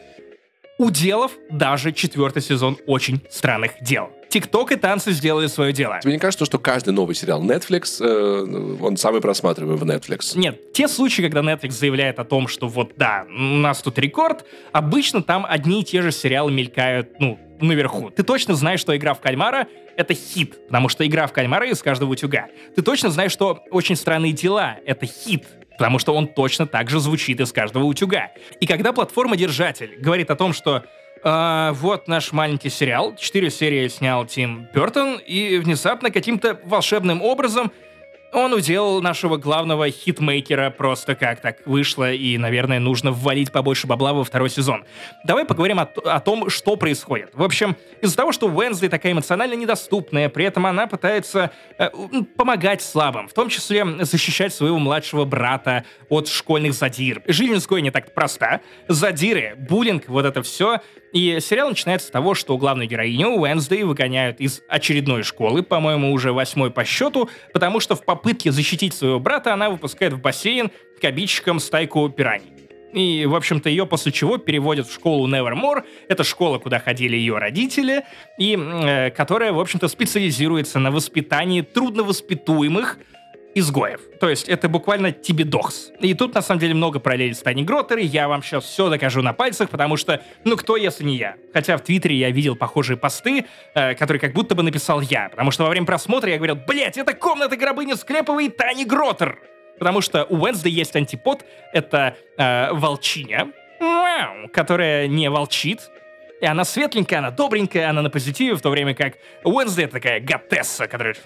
уделав даже четвертый сезон «Очень странных дел». ТикТок и танцы сделали свое дело. Тебе не кажется, что каждый новый сериал Netflix, э, он самый просматриваемый в Netflix? Нет, те случаи, когда Netflix заявляет о том, что вот да, у нас тут рекорд, обычно там одни и те же сериалы мелькают, ну, наверху. Ты точно знаешь, что «Игра в кальмара» — это хит, потому что «Игра в кальмара» из каждого утюга. Ты точно знаешь, что «Очень странные дела» — это хит, потому что он точно так же звучит из каждого утюга. И когда платформа-держатель говорит о том, что А, вот наш маленький сериал. Четыре серии снял Тим Бёртон, и внезапно каким-то волшебным образом он уделал нашего главного хитмейкера просто как так вышло, и, наверное, нужно ввалить побольше бабла во второй сезон. Давай поговорим о, о том, что происходит. В общем, из-за того, что Уэнсдей такая эмоционально недоступная, при этом она пытается э, помогать слабым, в том числе защищать своего младшего брата от школьных задир. Жизнь изгоя не так проста. Задиры, буллинг, вот это все. И сериал начинается с того, что главную героиню Уэнсдей выгоняют из очередной школы, по-моему, уже восьмой по счету, потому что в попытке защитить своего брата она выпускает в бассейн к обидчикам стайку пираний. И, в общем-то, ее после чего переводят в школу Nevermore. Это школа, куда ходили ее родители, и э, которая, в общем-то, специализируется на воспитании трудновоспитуемых изгоев. То есть это буквально Тибидохс. И тут, на самом деле, много параллелей с Тани Гроттер, и я вам сейчас все докажу на пальцах, потому что, ну, кто, если не я? Хотя в Твиттере я видел похожие посты, э, которые как будто бы написал я, потому что во время просмотра я говорил: блять, это комната гробыни Склеповой и Тани Гроттер! Потому что у Уэнсдей есть антипод, это э, волчиня, которая не волчит, и она светленькая, она добренькая, она на позитиве, в то время как Уэнсдей — это такая готесса, которая...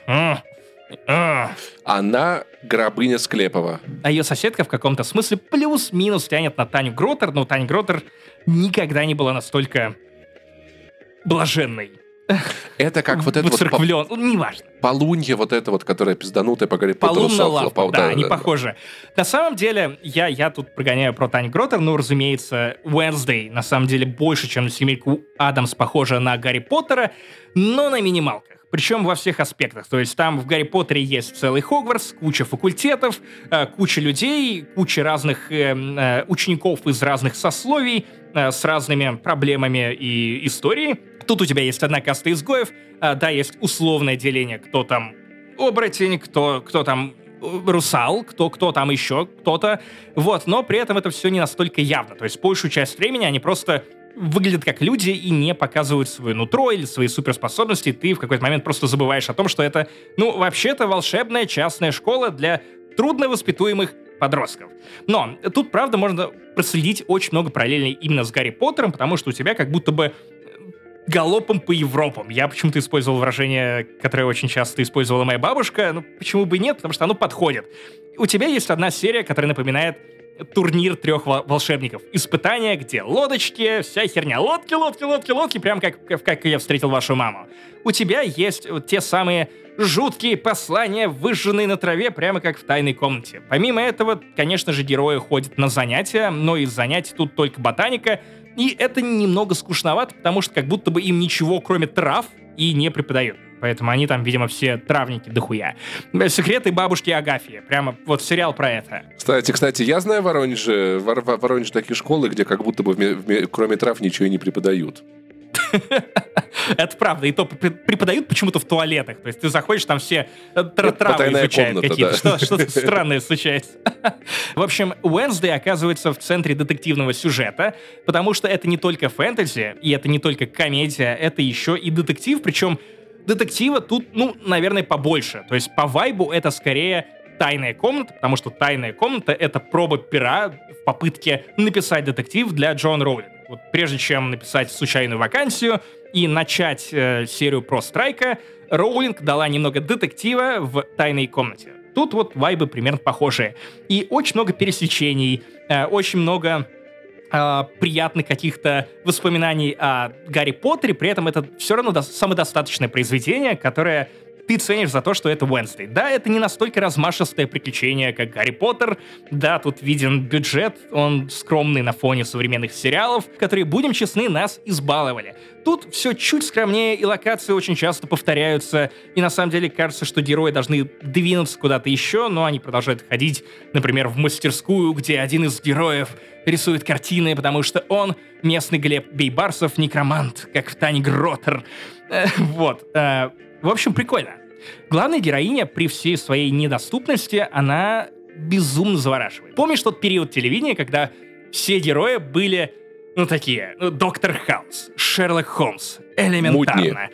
А. Она гробыня Склепова. А ее соседка в каком-то смысле плюс-минус тянет на Таню Гроттер, но Таня Гроттер никогда не была настолько блаженной. Это как вот это вот Воцерквлен, ну, неважно. полунья вот это вот, которая пизданутая по Гарри Поттеру Полумна сохла. лавка, Пау- да, они похожи. На самом деле, я, я тут прогоняю про Таню Гроттер, ну, разумеется, Уэнсдей, на самом деле, больше, чем семейку Адамс, похожа на Гарри Поттера, но на минималках. Причем во всех аспектах. То есть там в Гарри Поттере есть целый Хогвартс, куча факультетов, э, куча людей, куча разных э, э, учеников из разных сословий, э, с разными проблемами и историей. Тут у тебя есть одна каста изгоев, э, да, есть условное деление, кто там оборотень, кто, кто там русал, кто, кто там еще, кто-то. Вот, но при этом это все не настолько явно. То есть большую часть времени они просто выглядят как люди и не показывают свое нутро или свои суперспособности, ты в какой-то момент просто забываешь о том, что это, ну, вообще-то волшебная частная школа для трудновоспитуемых подростков. Но тут, правда, можно проследить очень много параллелей именно с Гарри Поттером, потому что у тебя как будто бы галопом по Европам. Я почему-то использовал выражение, которое очень часто использовала моя бабушка. Ну, почему бы и нет? Потому что оно подходит. У тебя есть одна серия, которая напоминает турнир трех волшебников. Испытания, где лодочки, вся херня. Лодки, лодки, лодки, лодки, прям как, как я встретил вашу маму. У тебя есть вот те самые жуткие послания, выжженные на траве, прямо как в тайной комнате. Помимо этого, конечно же, герои ходят на занятия, но из занятий тут только ботаника, и это немного скучновато, потому что как будто бы им ничего, кроме трав, и не преподают. Поэтому они там, видимо, все травники дохуя. Секреты бабушки Агафьи. Прямо вот сериал про это. Кстати, кстати, я знаю в Воронеже, в Воронеже такие школы, где как будто бы кроме трав ничего и не преподают. Это правда, и то преподают почему-то в туалетах. То есть ты заходишь, там все травы изучают какие-то. Что-то странное случается. В общем, Уэнсдей оказывается в центре детективного сюжета, потому что это не только фэнтези, и это не только комедия, это еще и детектив, причем детектива тут, ну, наверное, побольше. То есть по вайбу это скорее тайная комната, потому что тайная комната — это проба пера в попытке написать детектив для Джоан Роулинг. Вот прежде чем написать случайную вакансию и начать э, серию про Страйка, Роулинг дала немного детектива в тайной комнате. Тут вот вайбы примерно похожие. И очень много пересечений, э, очень много э, приятных каких-то воспоминаний о Гарри Поттере, при этом это все равно до- самодостаточное произведение, которое ты ценишь за то, что это Уэнсдей. Да, это не настолько размашистое приключение, как Гарри Поттер. Да, тут виден бюджет, он скромный на фоне современных сериалов, которые, будем честны, нас избаловали. Тут все чуть скромнее, и локации очень часто повторяются, и на самом деле кажется, что герои должны двинуться куда-то еще, но они продолжают ходить, например, в мастерскую, где один из героев рисует картины, потому что он местный Глеб Бейбарсов, некромант, как в Тане Гротер. Вот. В общем, прикольно. Главная героиня, при всей своей недоступности, она безумно завораживает. Помнишь тот период телевидения, когда все герои были, ну, такие, ну, Доктор Хаус, Шерлок Холмс, элементарно,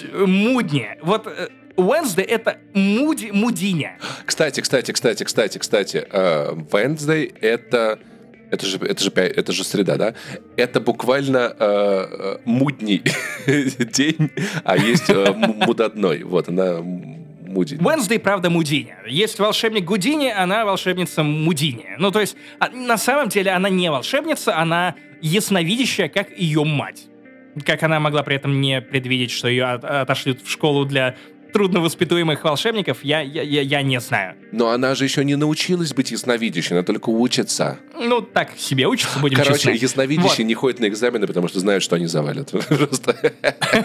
Мудни. Вот Уэнсдей — это Муди, Мудиня. Кстати, кстати, кстати, кстати, кстати, Уэнсдей — это... Это же, это, же, это же среда, да? Это буквально э, мудний день, а есть э, мудодной. Вот, она Мудиня. Уэнсдей, правда, Мудиня. Есть волшебник Гудини, она волшебница Мудини. Ну, то есть, на самом деле, она не волшебница, она ясновидящая, как ее мать. Как она могла при этом не предвидеть, что ее отошлют в школу для трудновоспитуемых волшебников, я, я, я, я не знаю. Но она же еще не научилась быть ясновидящей, она только учится. Ну, так себе учится, будем Короче, честны. Короче, ясновидящие вот. Не ходят на экзамены, потому что знают, что они завалят. Просто...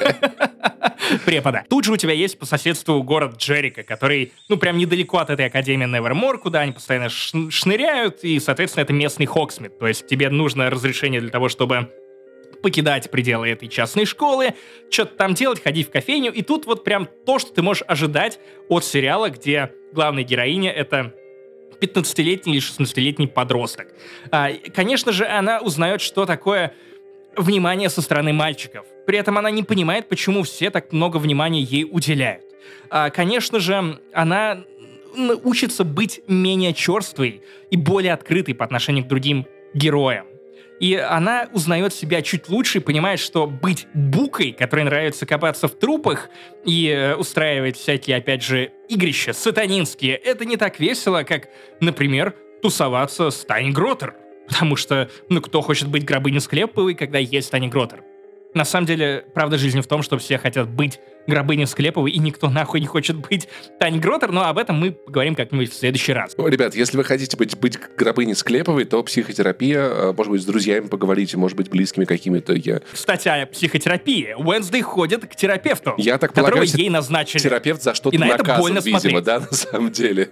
Препода. Тут же у тебя есть по соседству город Джерика, который, ну, прям недалеко от этой академии Невермор, куда они постоянно шныряют, и, соответственно, это местный Хоксмит. То есть тебе нужно разрешение для того, чтобы покидать пределы этой частной школы, что-то там делать, ходить в кофейню, и тут вот прям то, что ты можешь ожидать от сериала, где главная героиня — это пятнадцатилетний или шестнадцатилетний подросток. А, конечно же, она узнает, что такое внимание со стороны мальчиков. При этом она не понимает, почему все так много внимания ей уделяют. А, конечно же, она учится быть менее черствой и более открытой по отношению к другим героям. И она узнает себя чуть лучше и понимает, что быть букой, которой нравится копаться в трупах и э, устраивать всякие, опять же, игрища сатанинские, это не так весело, как, например, тусоваться с Таней Гротер. Потому что, ну, кто хочет быть Гробыней Склеповой, когда есть Таня Гротер? На самом деле, правда жизни в том, что все хотят быть Гробыней Склеповой, и никто нахуй не хочет быть Таней Гротер, но об этом мы поговорим как-нибудь в следующий раз. О, ребят, если вы хотите быть, быть Гробыней Склеповой, то психотерапия, может быть, с друзьями поговорите, может быть, близкими какими-то. Я... Кстати, о психотерапии. Уэнсдей ходит к терапевту, Я так которого полагаю, ей назначили. Терапевт за что-то наказан, видимо, да, на самом деле.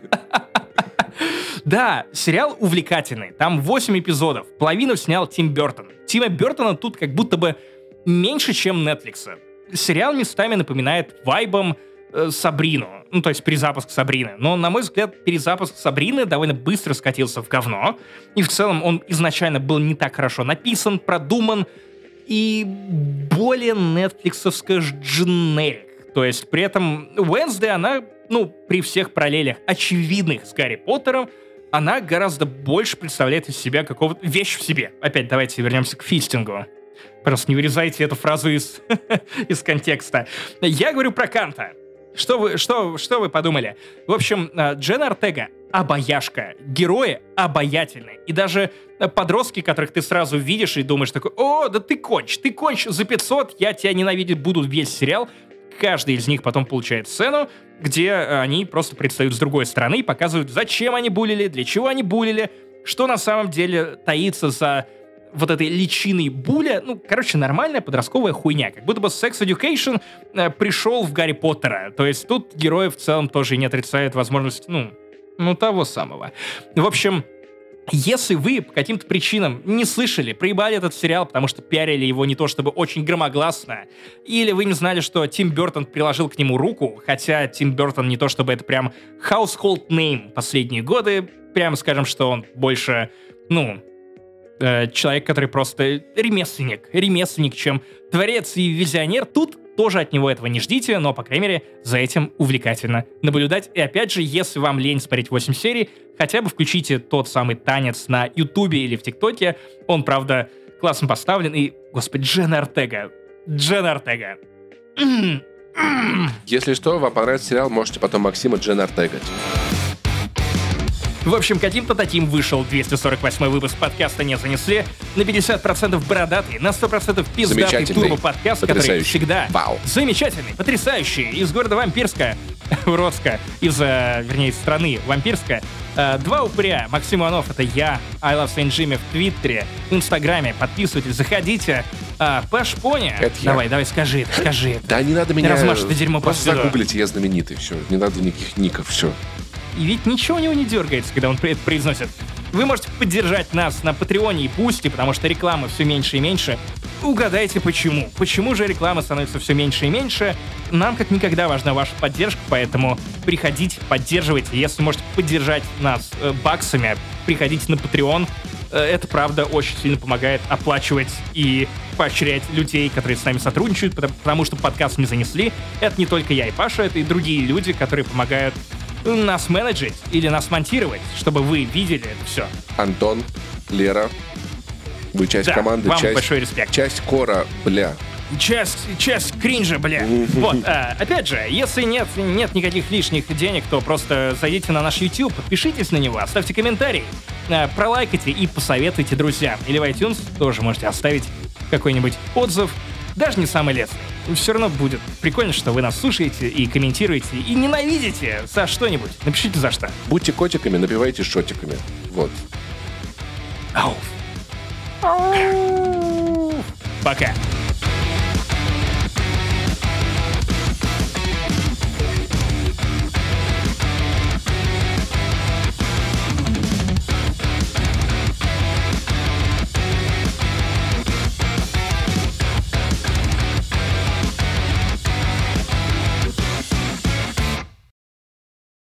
Да, сериал увлекательный. Там восемь эпизодов. Половину снял Тим Бёртон. Тима Бёртона тут как будто бы меньше, чем Netflix. Сериал местами напоминает вайбом э, Сабрину. Ну, то есть перезапуск Сабрины. Но, на мой взгляд, перезапуск Сабрины довольно быстро скатился в говно. И в целом он изначально был не так хорошо написан, продуман и более нетфликсовско дженерик. То есть при этом Уэнсдей, она, ну, при всех параллелях очевидных с Гарри Поттером, она гораздо больше представляет из себя какого-то вещь в себе. Опять давайте вернемся к фистингу. Просто не вырезайте эту фразу из, из контекста. Я говорю про Канта. Что вы, что, что вы подумали? В общем, Дженна Ортега, обаяшка. Герои обаятельны. И даже подростки, которых ты сразу видишь и думаешь такой: о, да ты конч, ты конч за пятьсот, я тебя ненавидеть буду весь сериал. Каждый из них потом получает сцену, где они просто предстают с другой стороны и показывают, зачем они булили, для чего они булили, что на самом деле таится за вот этой личиной буля. Ну, короче, нормальная подростковая хуйня. Как будто бы Sex Education э, пришел в Гарри Поттера. То есть тут герои в целом тоже не отрицают возможность, ну, ну, того самого. В общем, если вы по каким-то причинам не слышали, проебали этот сериал, потому что пиарили его не то чтобы очень громогласно, или вы не знали, что Тим Бёртон приложил к нему руку, хотя Тим Бёртон не то чтобы это прям household name последние годы, прямо скажем, что он больше, ну, э, человек, который просто ремесленник, ремесленник, чем творец и визионер, тут тоже от него этого не ждите, но, по крайней мере, за этим увлекательно наблюдать. И опять же, если вам лень смотреть восемь серий, хотя бы включите тот самый танец на Ютубе или в ТикТоке. Он, правда, классно поставлен. И, господи, Дженна Ортега. Дженна Ортега. Если что, вам понравится сериал, можете потом Максима Дженна Ортегать. В общем, каким-то таким вышел двести сорок восьмой выпуск подкаста «Не занесли». На пятьдесят процентов бородатый, на сто процентов пиздатый турбо-подкаст, который всегда Вау. замечательный, потрясающий, из города Вампирска, Уродска, из, вернее, из страны Вампирска. Два упыря, Максим Иванов, это я, I Love Saint Jimmy в Твиттере, в Инстаграме, подписывайтесь, заходите. А, Паш Поня, давай, давай, скажи, скажи. Да не надо меня... Размажь это дерьмо просто загуглите, я знаменитый, все, не надо никаких ников, все. И ведь ничего у него не дергается, когда он это произносит. Вы можете поддержать нас на Патреоне и Бусти, потому что рекламы все меньше и меньше. Угадайте, почему. Почему же реклама становится все меньше и меньше? Нам как никогда важна ваша поддержка, поэтому приходите, поддерживайте. Если можете поддержать нас э, баксами, приходите на Patreon. Э, это, правда, очень сильно помогает оплачивать и поощрять людей, которые с нами сотрудничают, потому, потому что подкаст не занесли. Это не только я и Паша, это и другие люди, которые помогают нас менеджить или нас монтировать, чтобы вы видели это все. Антон, Лера, вы часть да, команды, вам часть, большой респект. Часть кора, бля. Часть, часть кринжа, бля. Вот, а, опять же, если нет, нет никаких лишних денег, то просто зайдите на наш YouTube, подпишитесь на него, оставьте комментарий, а, пролайкайте и посоветуйте друзьям. Или в iTunes тоже можете оставить какой-нибудь отзыв, даже не самый лестный. Все равно будет прикольно, что вы нас слушаете и комментируете, и ненавидите за что-нибудь. Напишите за что. Будьте котиками, напивайте шотиками. Вот. Ау. Ау. Пока.